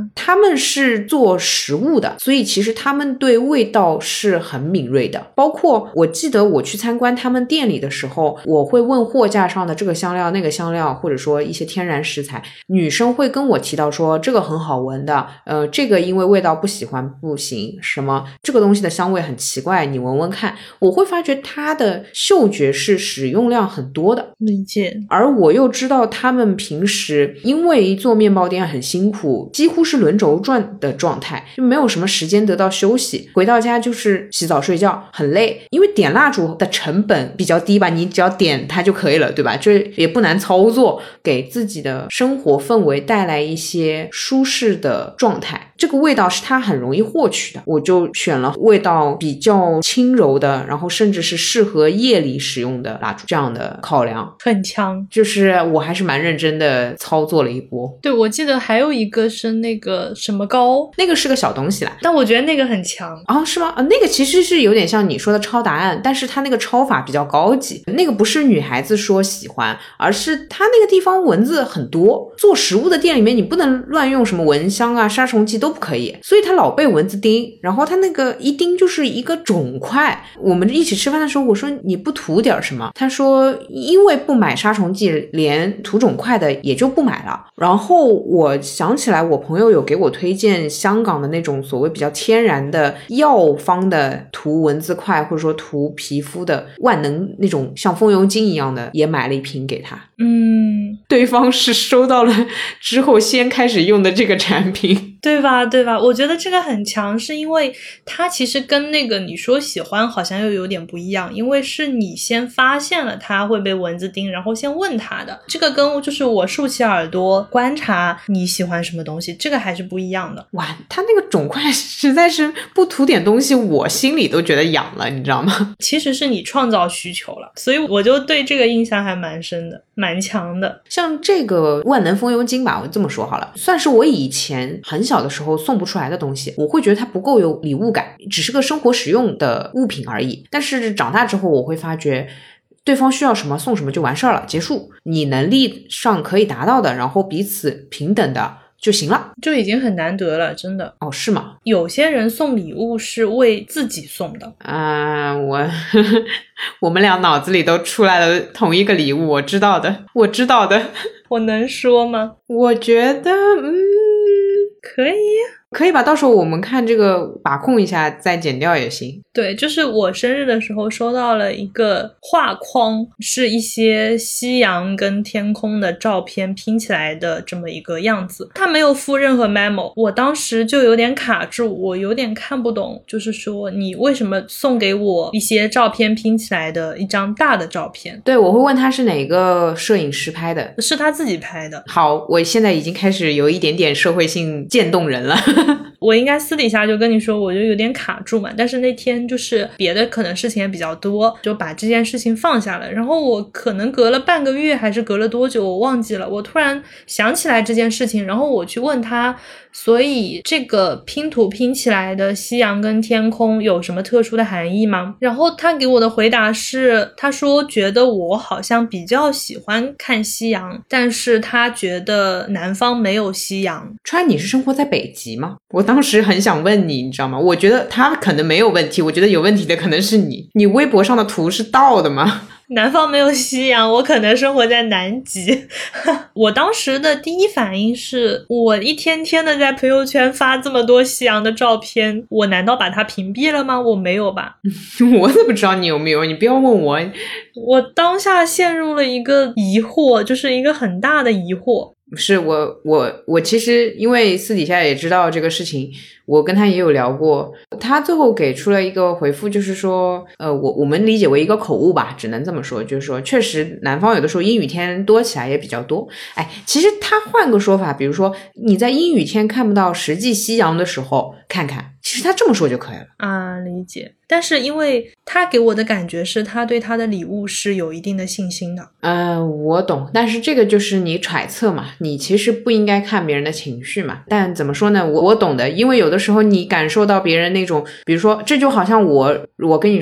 他们是做食物的，所以其实他们对味道是很敏锐的。包括我记得我去参观他们店里的时候，我会问货架上的这个香料那个香料，或者说一些天然食材，女生会跟我提到说这个很好闻的，呃，这个因为味道不喜欢不行，什么这个东西的香味很奇怪，你闻闻看。我会发觉他的嗅觉是使用量很多的， 理解。 而我又知道他们平时因为做面包店很辛苦，几乎是轮轴转的状态，就没有什么时间得到休息，回到家就是洗澡睡觉，很累。因为点蜡烛的成本比较低吧，你只要点它就可以了，对吧？这也不难操作，给自己的生活氛围带来一些舒适的状态，这个味道是它很容易获取的。我就选了味道比较轻柔的，然后甚至是适合夜里使用的蜡烛，这样的考量很强。 就是我还是蛮认真的操作了一波。 对，我记得还有一个是那个什么膏， 那个是个小东西啦， 但我觉得那个很强。 哦，是吗？啊，那个其实是有点像你说的抄答案，但是它那个抄法比较高级。那个不是女孩子说喜欢，而是它那个地方蚊子很多，做食物的店里面你不能乱用什么蚊香啊、杀虫剂都不可以，所以它老被蚊子叮，然后它那个一叮就是一个肿块。我们一起吃饭的时候，我说你不涂点什么？他说因为不买杀虫剂，连涂肿块的也就不买了。然后我想起来，我朋友有给我推荐香港的那种所谓比较天然的药方的涂蚊子块，或者说涂皮肤的万能那种像风油精一样的，也买了一瓶给他。 嗯， 对方是收到了之后先开始用的这个产品， 对吧对吧？我觉得这个很强，是因为它其实跟那个你说喜欢好像又有点不一样，因为是你先发现了它会被蚊子叮，然后先问他的。这个跟就是我竖起耳朵观察你喜欢什么东西，这个还是不一样的。 哇，他那个肿块实在是不涂点东西我心里都觉得痒了，你知道吗？ 其实是你创造需求了，所以我就对这个印象还蛮深的，蛮强的。 像这个万能风油精吧，我这么说好了，算是我以前很小的时候送不出来的东西，我会觉得它不够有礼物感，只是个生活实用的物品而已。但是长大之后我会发觉对方需要什么送什么就完事儿了，结束。你能力上可以达到的，然后彼此平等的就行了， 就已经很难得了，真的。 哦，是吗？ 有些人送礼物是为自己送的啊、呃，我我们俩脑子里都出来了同一个礼物，我知道的，我知道的。 我能说吗？ 我觉得，嗯， 可以。 可以吧，到时候我们看这个把控一下再剪掉也行。 对，就是我生日的时候收到了一个画框，是一些夕阳跟天空的照片拼起来的这么一个样子，它没有附任何 memo， 我当时就有点卡住，我有点看不懂，就是说你为什么送给我一些照片拼起来的一张大的照片。 对，我会问他是哪个摄影师拍的， 是他自己拍的。 好，我现在已经开始有一点点社会性渐冻人了我应该私底下就跟你说，我就有点卡住嘛，但是那天就是别的可能事情也比较多，就把这件事情放下了。然后我可能隔了半个月还是隔了多久我忘记了，我突然想起来这件事情，然后我去问他，所以这个拼图拼起来的夕阳跟天空有什么特殊的含义吗？然后他给我的回答是，他说觉得我好像比较喜欢看夕阳，但是他觉得南方没有夕阳。 川，你是生活在北极吗？我当时很想问你，你知道吗？我觉得他可能没有问题，我觉得有问题的可能是你。你微博上的图是盗的吗？ 南方没有夕阳，我可能生活在南极。我当时的第一反应是，我一天天的在朋友圈发这么多夕阳的照片，我难道把它屏蔽了吗？我没有吧。 我怎么知道你有没有？你不要问我。 我当下陷入了一个疑惑，就是一个很大的疑惑。 是我我我其实因为私底下也知道这个事情，我跟他也有聊过，他最后给出了一个回复，就是说呃我我们理解为一个口误吧，只能这么说，就是说确实南方有的时候阴雨天多起来也比较多。哎，其实他换个说法，比如说你在阴雨天看不到实际夕阳的时候看看，其实他这么说就可以了啊，理解。但是因为他给我的感觉是他对他的礼物是有一定的信心的。 呃，我懂，但是这个就是你揣测嘛，你其实不应该看别人的情绪嘛。但怎么说呢，我我懂的，因为有的时候你感受到别人那种，比如说这就好像我我跟你说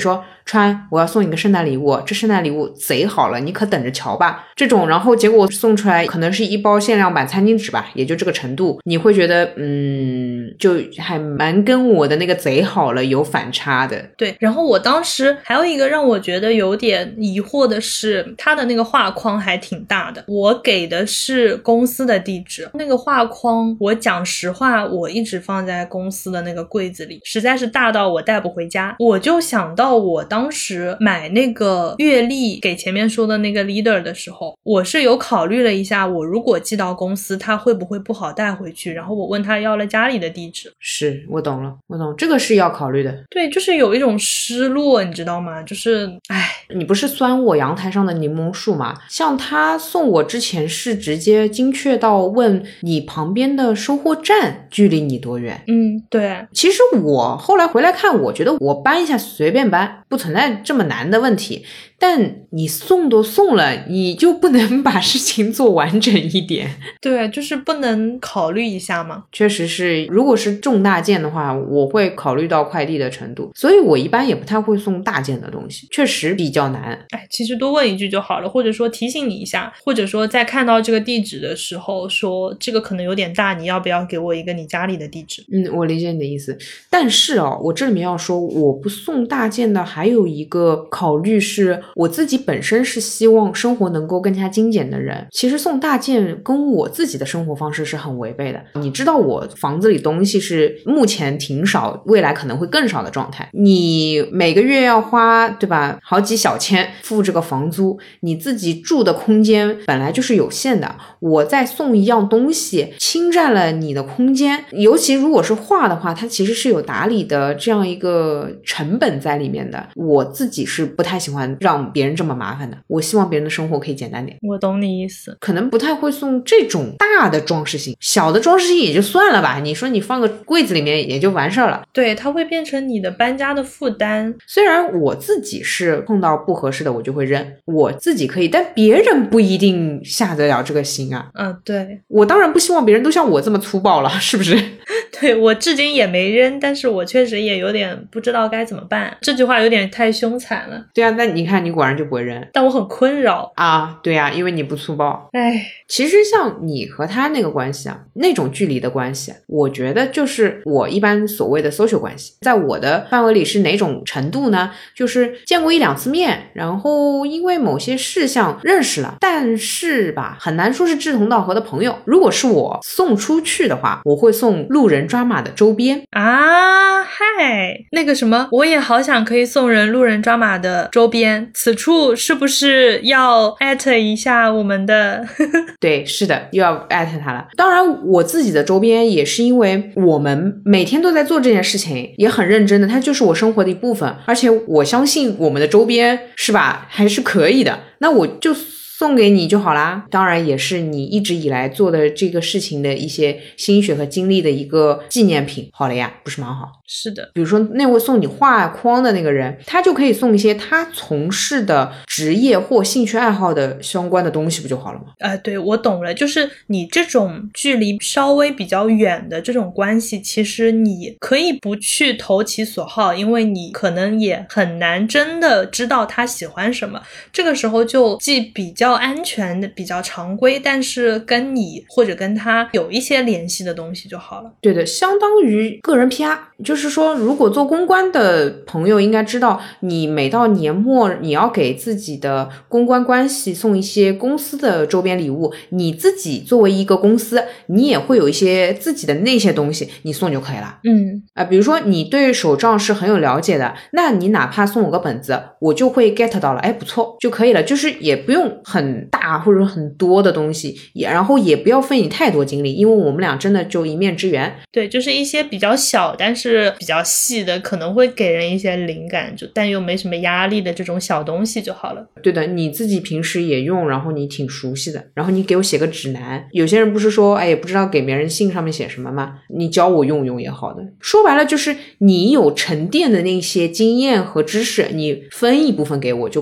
川，我要送你个圣诞礼物，这圣诞礼物贼好了，你可等着瞧吧，这种，然后结果送出来可能是一包限量版餐巾纸吧，也就这个程度，你会觉得嗯，就还蛮跟我的那个贼好了有反差的。 对，然后我当时还有一个让我觉得有点疑惑的是，它的那个画框还挺大的，我给的是公司的地址，那个画框我讲实话我一直放在公司的那个柜子里，实在是大到我带不回家。我就想到我当时买那个月历给前面说的那个 leader 的时候，我是有考虑了一下，我如果寄到公司他会不会不好带回去，然后我问他要了家里的地址。 是，我懂了，我懂，这个是要考虑的。 对，就是有一种失落，你知道吗？就是唉， 你不是酸我阳台上的柠檬树吗？像他送我之前是直接精确到问你旁边的收货站距离你多远。 嗯，对。 其实我后来回来看，我觉得我搬一下随便搬，不存在这么难的问题。但你送都送了，你就不能把事情做完整一点？ 对，就是不能考虑一下吗？ 确实是，如果是重大件的话，我会考虑到快递的程度，所以我一般也不太会送大件的东西，确实比较难。 哎，其实多问一句就好了，或者说提醒你一下，或者说在看到这个地址的时候说这个可能有点大，你要不要给我一个你家里的地址？ 嗯，我理解你的意思。但是哦，我这里面要说我不送大件的还有一个考虑是，我自己本身是希望生活能够更加精简的人，其实送大件跟我自己的生活方式是很违背的。你知道我房子里东西是目前挺少，未来可能会更少的状态，你每个月要花对吧好几小千付这个房租，你自己住的空间本来就是有限的，我再送一样东西侵占了你的空间，尤其如果是画的话，它其实是有打理的这样一个成本在里面的，我自己是不太喜欢让别人这么麻烦的，我希望别人的生活可以简单点。 我懂你意思， 可能不太会送这种大的装饰性，小的装饰性也就算了吧，你说你放个柜子里面也就完事儿了。 对，它会变成你的搬家的负担。 虽然我自己是碰到不合适的我就会扔，我自己可以，但别人不一定下得了这个心啊。 嗯，对， 我当然不希望别人都像我这么粗暴了，是不是？ 对，我至今也没扔，但是我确实也有点不知道该怎么办。这句话有点太凶残了。 对啊，那你看你果然就不会扔。 但我很困扰啊，对啊，因为你不粗暴。 唉， 其实像你和他那个关系啊，那种距离的关系，我觉得就是我一般所谓的 social 关系，在我的范围里是哪种程度呢？就是见过一两次面，然后因为某些事项认识了，但是吧，很难说是志同道合的朋友。如果是我送出去的话，我会送路人抓马的周边啊。嗨，那个什么，我也好想可以送人路人抓马的周边，此处是不是要艾特一下我们的对，是的，又要艾特他了。当然我自己的周边也是因为我们每天都在做这件事情，也很认真的，它就是我生活的一部分，而且我相信我们的周边是吧还是可以的，那我就送给你就好啦。当然也是你一直以来做的这个事情的一些心血和精力的一个纪念品，好了呀，不是蛮好？ 是的， 比如说那位送你画框的那个人，他就可以送一些他从事的职业或兴趣爱好的相关的东西，不就好了吗？ 呃，对，我懂了，就是你这种距离稍微比较远的这种关系，其实你可以不去投其所好，因为你可能也很难真的知道他喜欢什么，这个时候就既比较安全的比较常规，但是跟你或者跟他有一些联系的东西就好了。 对的，相当于个人 P R， 就是说如果做公关的朋友应该知道，你每到年末你要给自己的公关关系送一些公司的周边礼物，你自己作为一个公司，你也会有一些自己的那些东西，你送就可以了。 嗯， 啊、呃，比如说你对手账是很有了解的，那你哪怕送我个本子，我就会 get 到了，哎，不错就可以了，就是也不用很大或者很多的东西，也然后也不要费你太多精力，因为我们俩真的就一面之缘。 对，就是一些比较小但是比较细的，可能会给人一些灵感，就但又没什么压力的这种小东西就好了。 对的，你自己平时也用，然后你挺熟悉的，然后你给我写个指南。有些人不是说哎也不知道给别人信上面写什么吗？你教我用用也好的。说白了就是你有沉淀的那些经验和知识，你分一部分给我就够了。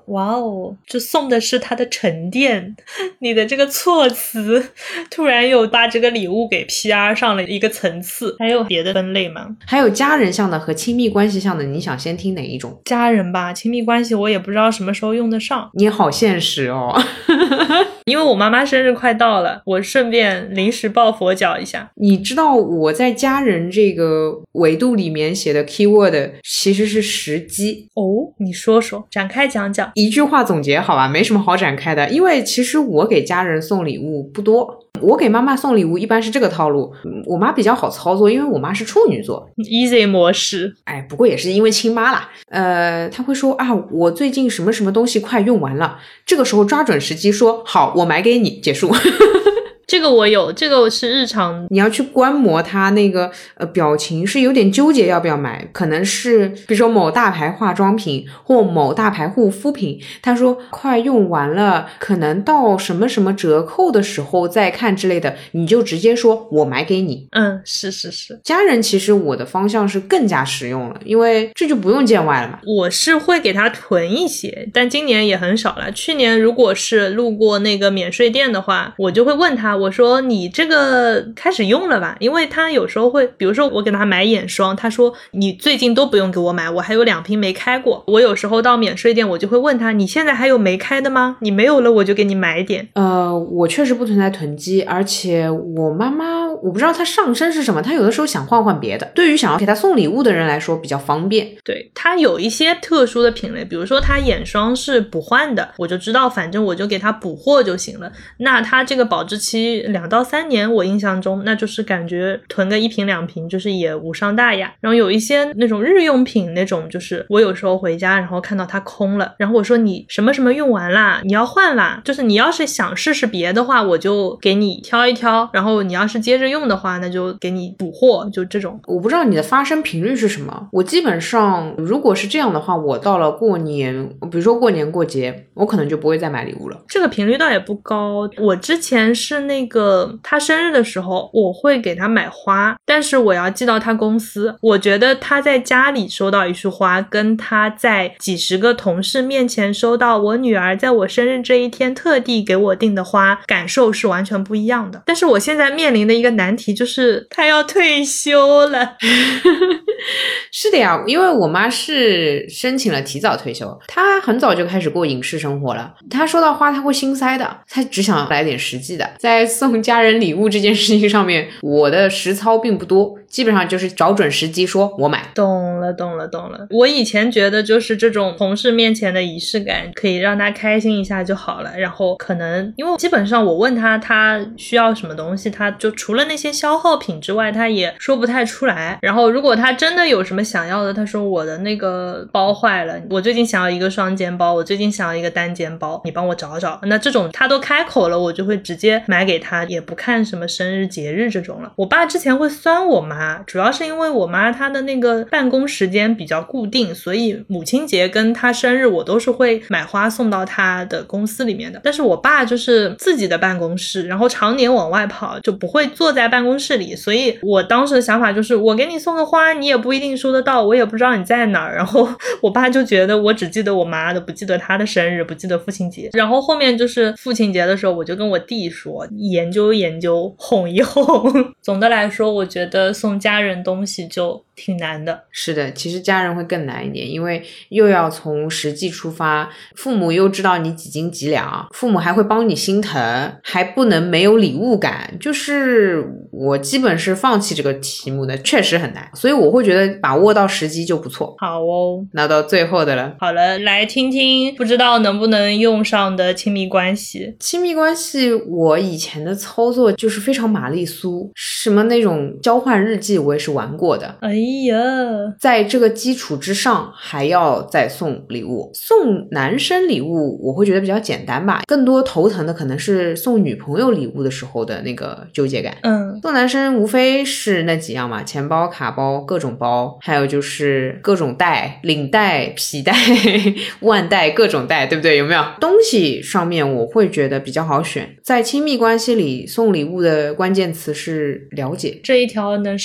哇哦，这送的是他的沉淀，你的这个措辞突然有把这个礼物给 P R 上了一个层次。还有别的分类吗？ 还有家人向的和亲密关系向的，你想先听哪一种？ 家人吧，亲密关系我也不知道什么时候用得上。 你好现实哦。 因为我妈妈生日快到了，我顺便临时抱佛脚一下。 你知道我在家人这个维度里面写的 keyword 其实是时机哦，你说说，展开讲讲。 一句话总结好吧，没什么好展开的，因为其实我给家人送礼物不多。我给妈妈送礼物一般是这个套路，我妈比较好操作，因为我妈是处女座 easy 模式。 哎，不过也是因为亲妈啦。呃，她会说啊，我最近什么什么东西快用完了，这个时候抓准时机说好，我买给你，结束。 这个我有，这个是日常。 你要去观摩他那个呃表情，是有点纠结要不要买，可能是比如说某大牌化妆品或某大牌护肤品，他说快用完了，可能到什么什么折扣的时候再看之类的，你就直接说我买给你。 嗯，是是是。 家人其实我的方向是更加实用了，因为这就不用见外了嘛。 我是会给他囤一些，但今年也很少了。去年如果是路过那个免税店的话，我就会问他，我说你这个开始用了吧？因为他有时候会，比如说我给他买眼霜，他说你最近都不用给我买，我还有两瓶没开过。我有时候到免税店我就会问他，你现在还有没开的吗？你没有了我就给你买点。 呃，我确实不存在囤积，而且我妈妈我不知道她上身是什么，她有的时候想换换别的，对于想要给她送礼物的人来说比较方便。 对，他有一些特殊的品类，比如说他眼霜是不换的，我就知道反正我就给他补货就行了。那他这个保质期两到三年，我印象中那就是感觉囤个一瓶两瓶就是也无伤大雅。然后有一些那种日用品那种，就是我有时候回家然后看到它空了，然后我说你什么什么用完啦，你要换啦，就是你要是想试试别的话我就给你挑一挑，然后你要是接着用的话那就给你补货，就这种。 我不知道你的发生频率是什么，我基本上如果是这样的话，我到了过年，比如说过年过节，我可能就不会再买礼物了。 这个频率倒也不高，我之前是那个他生日的时候我会给他买花，但是我要寄到他公司。我觉得他在家里收到一束花跟他在几十个同事面前收到我女儿在我生日这一天特地给我订的花，感受是完全不一样的。但是我现在面临的一个难题就是他要退休了。 是的呀，因为我妈是申请了提早退休，她很早就开始过隐士生活了。她收到花她会心塞的，她只想来点实际的。在送家人礼物这件事情上面，我的实操并不多，基本上就是找准时机说我买。 懂了懂了懂了。我以前觉得就是这种同事面前的仪式感可以让他开心一下就好了，然后可能因为基本上我问他他需要什么东西，他就除了那些消耗品之外他也说不太出来。然后如果他真的有什么想要的，他说我的那个包坏了，我最近想要一个双肩包，我最近想要一个单肩包，你帮我找找。那这种他都开口了，我就会直接买给他，也不看什么生日节日这种了。我爸之前会酸我妈，主要是因为我妈她的那个办公时间比较固定，所以母亲节跟她生日我都是会买花送到她的公司里面的。但是我爸就是自己的办公室，然后常年往外跑，就不会坐在办公室里，所以我当时的想法就是我给你送个花你也不一定收得到，我也不知道你在哪儿。然后我爸就觉得我只记得我妈的，不记得她的生日，不记得父亲节。然后后面就是父亲节的时候我就跟我弟说研究研究哄一哄。总的来说我觉得送家人东西就挺难的。 是的，其实家人会更难一点，因为又要从实际出发，父母又知道你几斤几两，父母还会帮你心疼，还不能没有礼物感，就是我基本是放弃这个题目的，确实很难，所以我会觉得把握到时机就不错。 好哦， 那到最后的了。 好了，来听听不知道能不能用上的亲密关系。 亲密关系我以前的操作就是非常玛丽苏，什么那种交换日记我也是玩过的。 哎呀， 在这个基础之上还要再送礼物。送男生礼物我会觉得比较简单吧，更多头疼的可能是送女朋友礼物的时候的那个纠结感。 嗯， 送男生无非是那几样嘛，钱包、卡包、各种包，还有就是各种带，领带、皮带、腕带，各种带，对不对？有没有？东西上面我会觉得比较好选。在亲密关系里送礼物的关键词是了解， 这一条能杀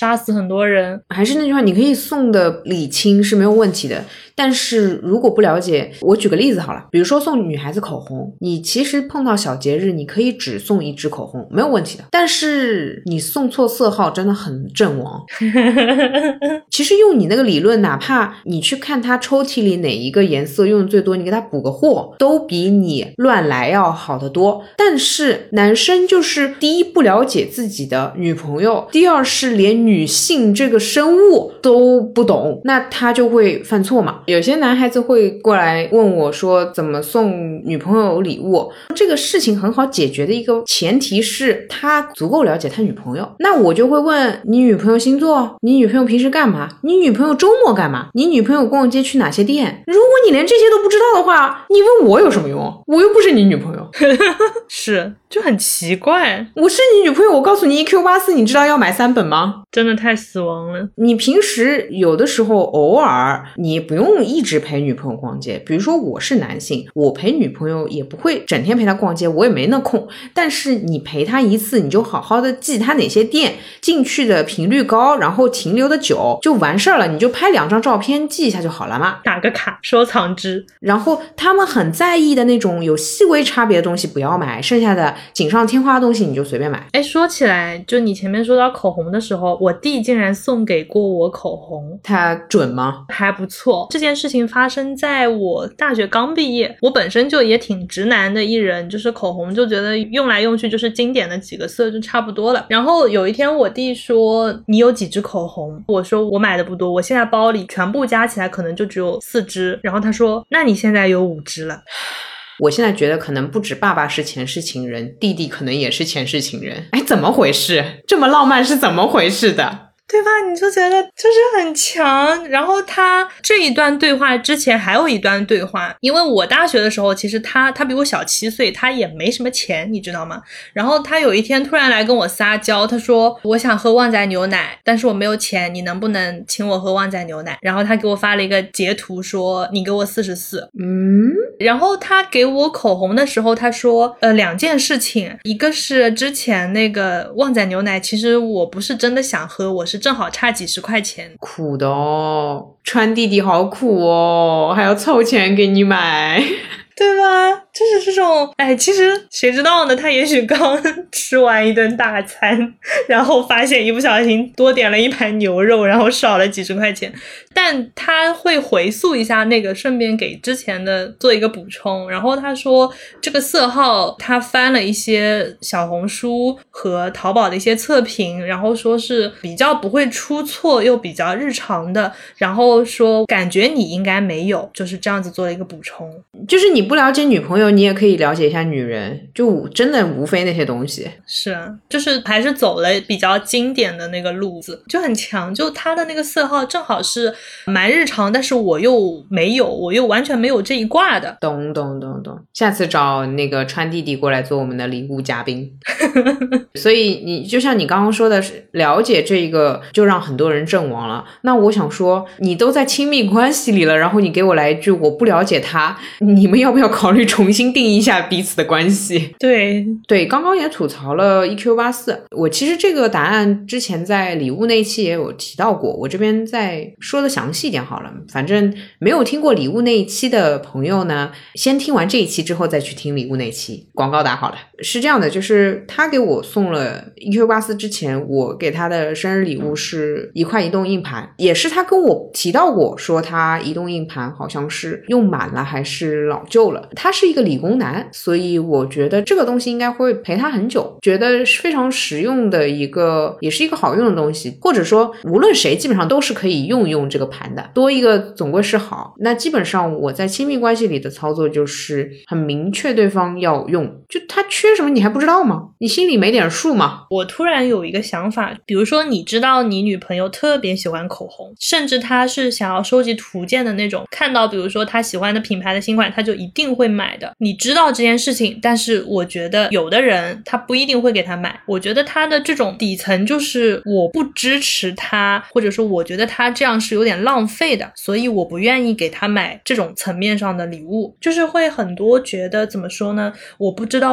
杀死很多人。 还是那句话，你可以送的礼轻是没有问题的，但是如果不了解，我举个例子好了，比如说送女孩子口红，你其实碰到小节日你可以只送一支口红没有问题的，但是你送错色号真的很阵亡其实用你那个理论，哪怕你去看他抽屉里哪一个颜色用的最多，你给他补个货都比你乱来要好得多。但是男生就是第一不了解自己的女朋友，第二是连女性这个生物都不懂，那他就会犯错嘛。有些男孩子会过来问我说怎么送女朋友礼物，这个事情很好解决的一个前提是他足够了解他女朋友。那我就会问你女朋友星座，你女朋友平时干嘛，你女朋友周末干嘛，你女朋友逛街去哪些店。如果你连这些都不知道的话，你问我有什么用？我又不是你女朋友是，就很奇怪。 我是你女朋友，我告诉你 E Q 八四 你知道要买三本吗？ 真的太死亡了。 你平时有的时候偶尔你不用一直陪女朋友逛街，比如说我是男性，我陪女朋友也不会整天陪她逛街，我也没那空，但是你陪她一次，你就好好的记她哪些店进去的频率高，然后停留的久就完事儿了，你就拍两张照片记一下就好了嘛， 打个卡收藏之。 然后他们很在意的那种有细微差别的东西不要买，剩下的锦上添花的东西你就随便买。 哎，说起来，就你前面说到口红的时候，我弟竟然送给过我口红。 它准吗？ 还不错。这件事情发生在我大学刚毕业，我本身就也挺直男的一人，就是口红就觉得用来用去就是经典的几个色就差不多了。然后有一天我弟说你有几支口红，我说我买的不多，我现在包里全部加起来可能就只有四支。然后他说那你现在有五支了。 我现在觉得可能不止爸爸是前世情人，弟弟可能也是前世情人。哎，怎么回事？这么浪漫是怎么回事的？ 对吧？你就觉得就是很强。然后他这一段对话之前还有一段对话，因为我大学的时候其实他他比我小七岁，他也没什么钱，你知道吗？然后他有一天突然来跟我撒娇，他说我想喝旺仔牛奶，但是我没有钱，你能不能请我喝旺仔牛奶？然后他给我发了一个截图说你给我四十四。 嗯， 然后他给我口红的时候他说呃两件事情，一个是之前那个旺仔牛奶其实我不是真的想喝，我是正好差几十块钱。 苦的哦，川弟弟好苦哦，还要凑钱给你买对吧？就是这种，哎，其实谁知道呢？他也许刚吃完一顿大餐，然后发现一不小心多点了一盘牛肉，然后少了几十块钱。但他会回溯一下那个，顺便给之前的做一个补充。然后他说，这个色号他翻了一些小红书和淘宝的一些测评，然后说是比较不会出错又比较日常的。然后说感觉你应该没有，就是这样子做了一个补充。 就是你不了解女朋友，你也可以了解一下女人，就真的无非那些东西。 是啊，就是还是走了比较经典的那个路子，就很强。就他的那个色号正好是蛮日常，但是我又没有，我又完全没有这一挂的。 懂懂懂懂，下次找那个川弟弟过来做我们的礼物嘉宾所以你就像你刚刚说的，了解这个就让很多人阵亡了。那我想说，你都在亲密关系里了，然后你给我来一句我不了解他，你们要不要考虑重新定义一下彼此的关系？ 对对，刚刚也吐槽了 E Q 八四， 我其实这个答案之前在礼物那一期也有提到过，我这边再说的详细一点好了。反正没有听过礼物那一期的朋友呢，先听完这一期之后再去听礼物那一期，广告打好了。是这样的，就是他给我送了 E Q 八四 之前，我给他的生日礼物是一块移动硬盘，也是他跟我提到过说他移动硬盘好像是用满了还是老旧了。他是一个理工男，所以我觉得这个东西应该会陪他很久，觉得是非常实用的一个，也是一个好用的东西，或者说无论谁基本上都是可以用用这个盘的，多一个总归是好。那基本上我在亲密关系里的操作就是很明确对方要用，就他缺什么你还不知道吗？你心里没点数吗？ 我突然有一个想法，比如说你知道你女朋友特别喜欢口红，甚至她是想要收集图鉴的那种，看到比如说她喜欢的品牌的新款她就一定会买的，你知道这件事情，但是我觉得有的人他不一定会给她买，我觉得他的这种底层就是我不支持他，或者说我觉得他这样是有点浪费的，所以我不愿意给他买这种层面上的礼物。就是会很多觉得怎么说呢，我不知道送女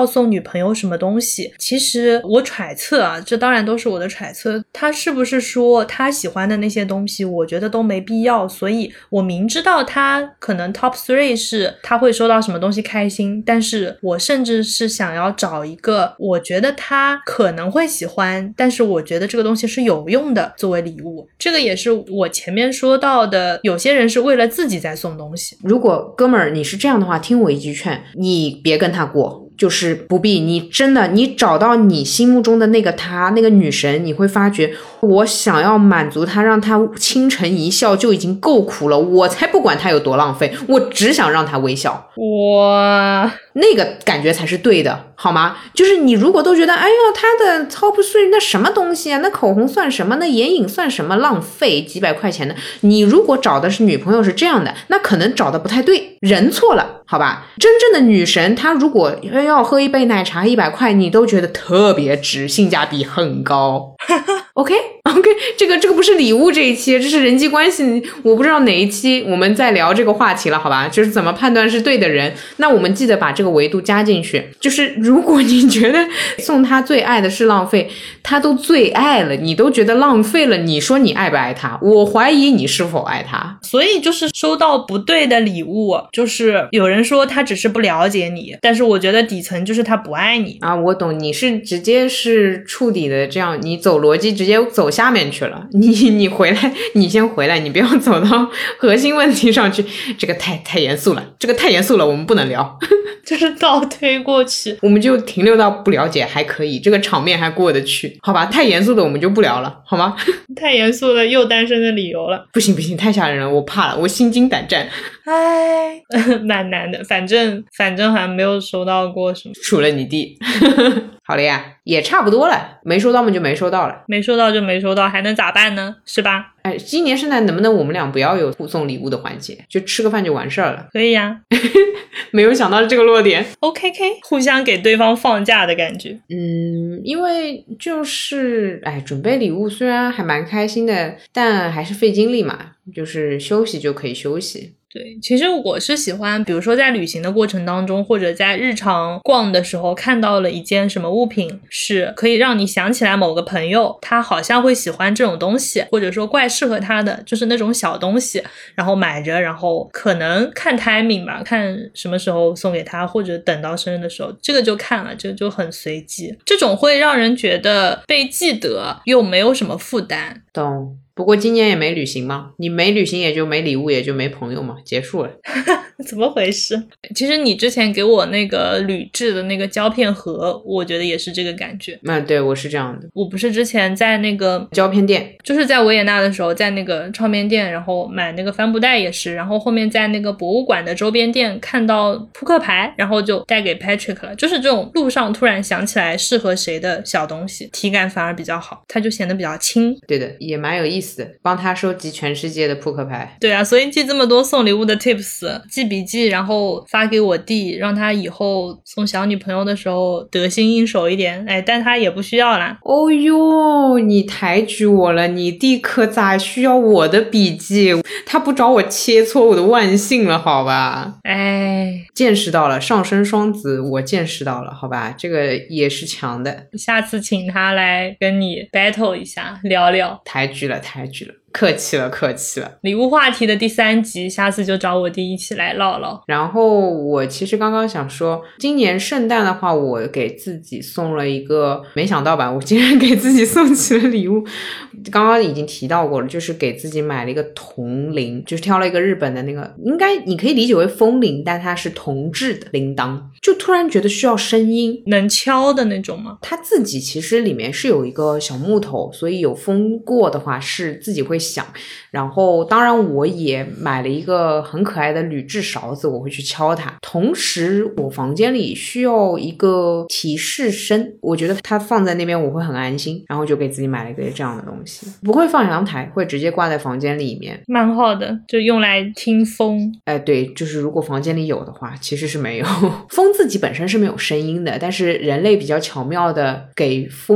朋友什么东西。其实我揣测啊，这当然都是我的揣测，他是不是说他喜欢的那些东西我觉得都没必要，所以我明知道他可能 top three 是他会收到什么东西开心，但是我甚至是想要找一个我觉得他可能会喜欢，但是我觉得这个东西是有用的作为礼物。这个也是我前面说到的，有些人是为了自己在送东西。 如果哥们儿你是这样的话，听我一句劝，你别跟他过，就是不必，你真的你找到你心目中的那个她，那个女神，你会发觉我想要满足她，让她倾城一笑就已经够苦了，我才不管她有多浪费，我只想让她微笑。 哇， 那个感觉才是对的，好吗？就是你如果都觉得哎呦她的 top three 那什么东西啊，那口红算什么，那眼影算什么，浪费几百块钱的，你如果找的是女朋友是这样的，那可能找的不太对，人错了，好吧？真正的女神她如果要喝一杯奶茶一百块，你都觉得特别值，性价比很高。OK OK， 这个这个不是礼物这一期，这是人际关系，我不知道哪一期我们在聊这个话题了，好吧？就是怎么判断是对的人，那我们记得把这个维度加进去。就是如果你觉得送他最爱的是浪费，他都最爱了，你都觉得浪费了，你说你爱不爱他？我怀疑你是否爱他。 所以就是收到不对的礼物，就是有人说他只是不了解你，但是我觉得底层就是他不爱你啊。我懂，你是直接是触底的，这样你走逻辑直接走下面去了，你你回来，你先回来，你不要走到核心问题上去，这个太太严肃了，这个太严肃了，我们不能聊。 就是倒推过去， 我们就停留到不了解还可以，这个场面还过得去，好吧？太严肃的我们就不聊了，好吗？ 太严肃了，又单身的理由了。 不行不行，太吓人了，我怕了，我心惊胆战。 唉，蛮难的，反正反正还没有收到过什么， 除了你弟。好了呀，也差不多了，没收到嘛就没收到了， 没收到就没收到，还能咋办呢？是吧？ 哎，今年圣诞能不能我们俩不要有互送礼物的环节，就吃个饭就完事儿了？ 可以呀、啊。 没有想到这个落点。 OK K， 互相给对方放假的感觉。 嗯，因为就是哎，准备礼物虽然还蛮开心的，但还是费精力嘛，就是休息就可以休息。 对，其实我是喜欢，比如说在旅行的过程当中，或者在日常逛的时候，看到了一件什么物品是可以让你想起来某个朋友，他好像会喜欢这种东西，或者说怪适合他的，就是那种小东西，然后买着，然后可能看 timing 吧，看什么时候送给他，或者等到生日的时候，这个就看了，这个就很随机，这种会让人觉得被记得又没有什么负担。 懂。不过今年也没旅行嘛，你没旅行也就没礼物，也就没朋友嘛，结束了。 怎么回事？其实你之前给我那个铝制的那个胶片盒，我觉得也是这个感觉。 嗯，对，我是这样的。 我不是之前在那个胶片店，就是在维也纳的时候，在那个唱片店，然后买那个帆布袋也是，然后后面在那个博物馆的周边店看到扑克牌，然后就带给 Patrick 了。就是这种路上突然想起来适合谁的小东西，体感反而比较好，它就显得比较轻。 对的，也蛮有意思的，帮他收集全世界的扑克牌。 对啊，所以记这么多送礼物的 tips， 记笔记，然后发给我弟，让他以后送小女朋友的时候得心应手一点。哎，但他也不需要啦。 哦哟，你抬举我了，你弟可咋需要我的笔记？他不找我切磋我的万幸了，好吧？ 哎， 见识到了，上升双子，我见识到了，好吧？这个也是强的。 下次请他来跟你 battle 一下，聊聊。 抬举了，抬举了。客气了客气了。 礼物话题的第三集，下次就找我弟一起来唠唠。 然后我其实刚刚想说，今年圣诞的话，我给自己送了一个，没想到吧，我竟然给自己送起了礼物。刚刚已经提到过了，就是给自己买了一个铜铃，就是挑了一个日本的那个，应该你可以理解为风铃，但它是铜制的铃铛，就突然觉得需要声音， 能敲的那种吗？ 它自己其实里面是有一个小木头，所以有风过的话是自己会响。然后当然我也买了一个很可爱的铝制勺子，我会去敲它。同时我房间里需要一个提示声，我觉得它放在那边我会很安心，然后就给自己买了一个这样的东西，不会放阳台，会直接挂在房间里面， 蛮好的，就用来听风。 哎，对，就是如果房间里有的话，其实是没有。风自己本身是没有声音的，但是人类比较巧妙的给风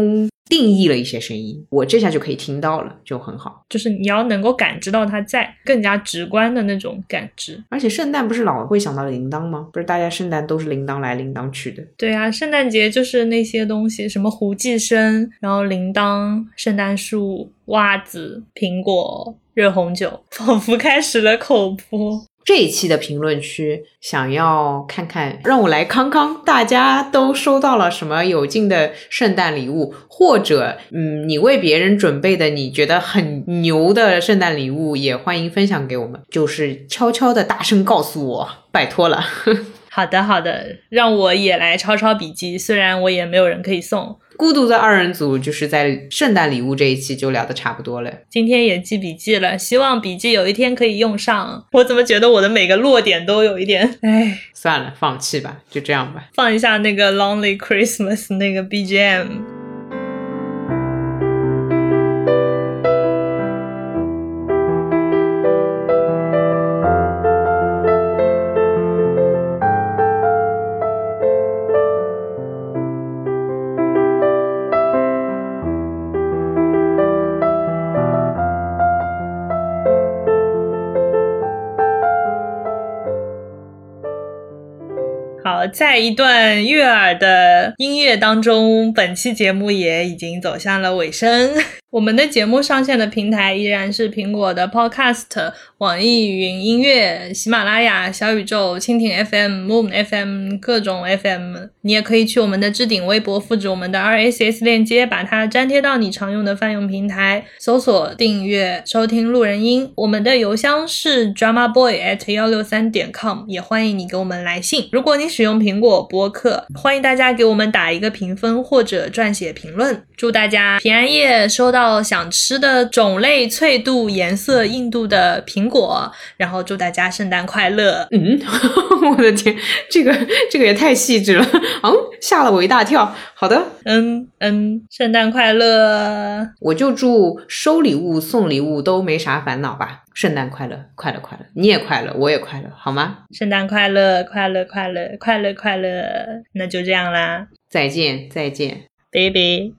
定义了一些声音，我这下就可以听到了，就很好。 就是你要能够感知到它在，更加直观的那种感知。 而且圣诞不是老会想到铃铛吗？不是大家圣诞都是铃铛来铃铛去的。 对啊，圣诞节就是那些东西，什么胡寄生，然后铃铛、圣诞树、袜子、苹果、热红酒，仿佛开始了口播。 这一期的评论区想要看看，让我来康康，大家都收到了什么有劲的圣诞礼物，或者嗯，你为别人准备的你觉得很牛的圣诞礼物也欢迎分享给我们，就是悄悄的大声告诉我，拜托了。 好的好的，让我也来抄抄笔记，虽然我也没有人可以送。 孤独的二人组就是在圣诞礼物这一期就聊得差不多了， 今天也记笔记了，希望笔记有一天可以用上。我怎么觉得我的每个落点都有一点，唉， 算了，放弃吧，就这样吧。 放一下那个 Lonely Christmas 那个 B G M。好，在一段悦耳的音乐当中，本期节目也已经走向了尾声。我们的节目上线的平台依然是苹果的 Podcast、 网易云音乐、喜马拉雅、小宇宙、蜻蜓 F M、Moon F M 各种 F M。 你也可以去我们的置顶微博复制我们的 R S S 链接，把它粘贴到你常用的泛用平台，搜索订阅收听路人音。我们的邮箱是 dramaboy at 一六三点 com， 也欢迎你给我们来信。如果你使用苹果播客，欢迎大家给我们打一个评分或者撰写评论。祝大家平安夜收到想吃的种类、脆度、颜色、硬度的苹果，然后祝大家圣诞快乐。 嗯，我的天，这个这个也太细致了，嗯，吓了我一大跳。好的， 嗯嗯，圣诞快乐。 我就祝收礼物送礼物都没啥烦恼吧。圣诞快乐，快乐快乐，你也快乐，我也快乐，好吗？ 圣诞快乐，快乐快乐，快乐快乐。那就这样啦， 再见再见， 拜拜。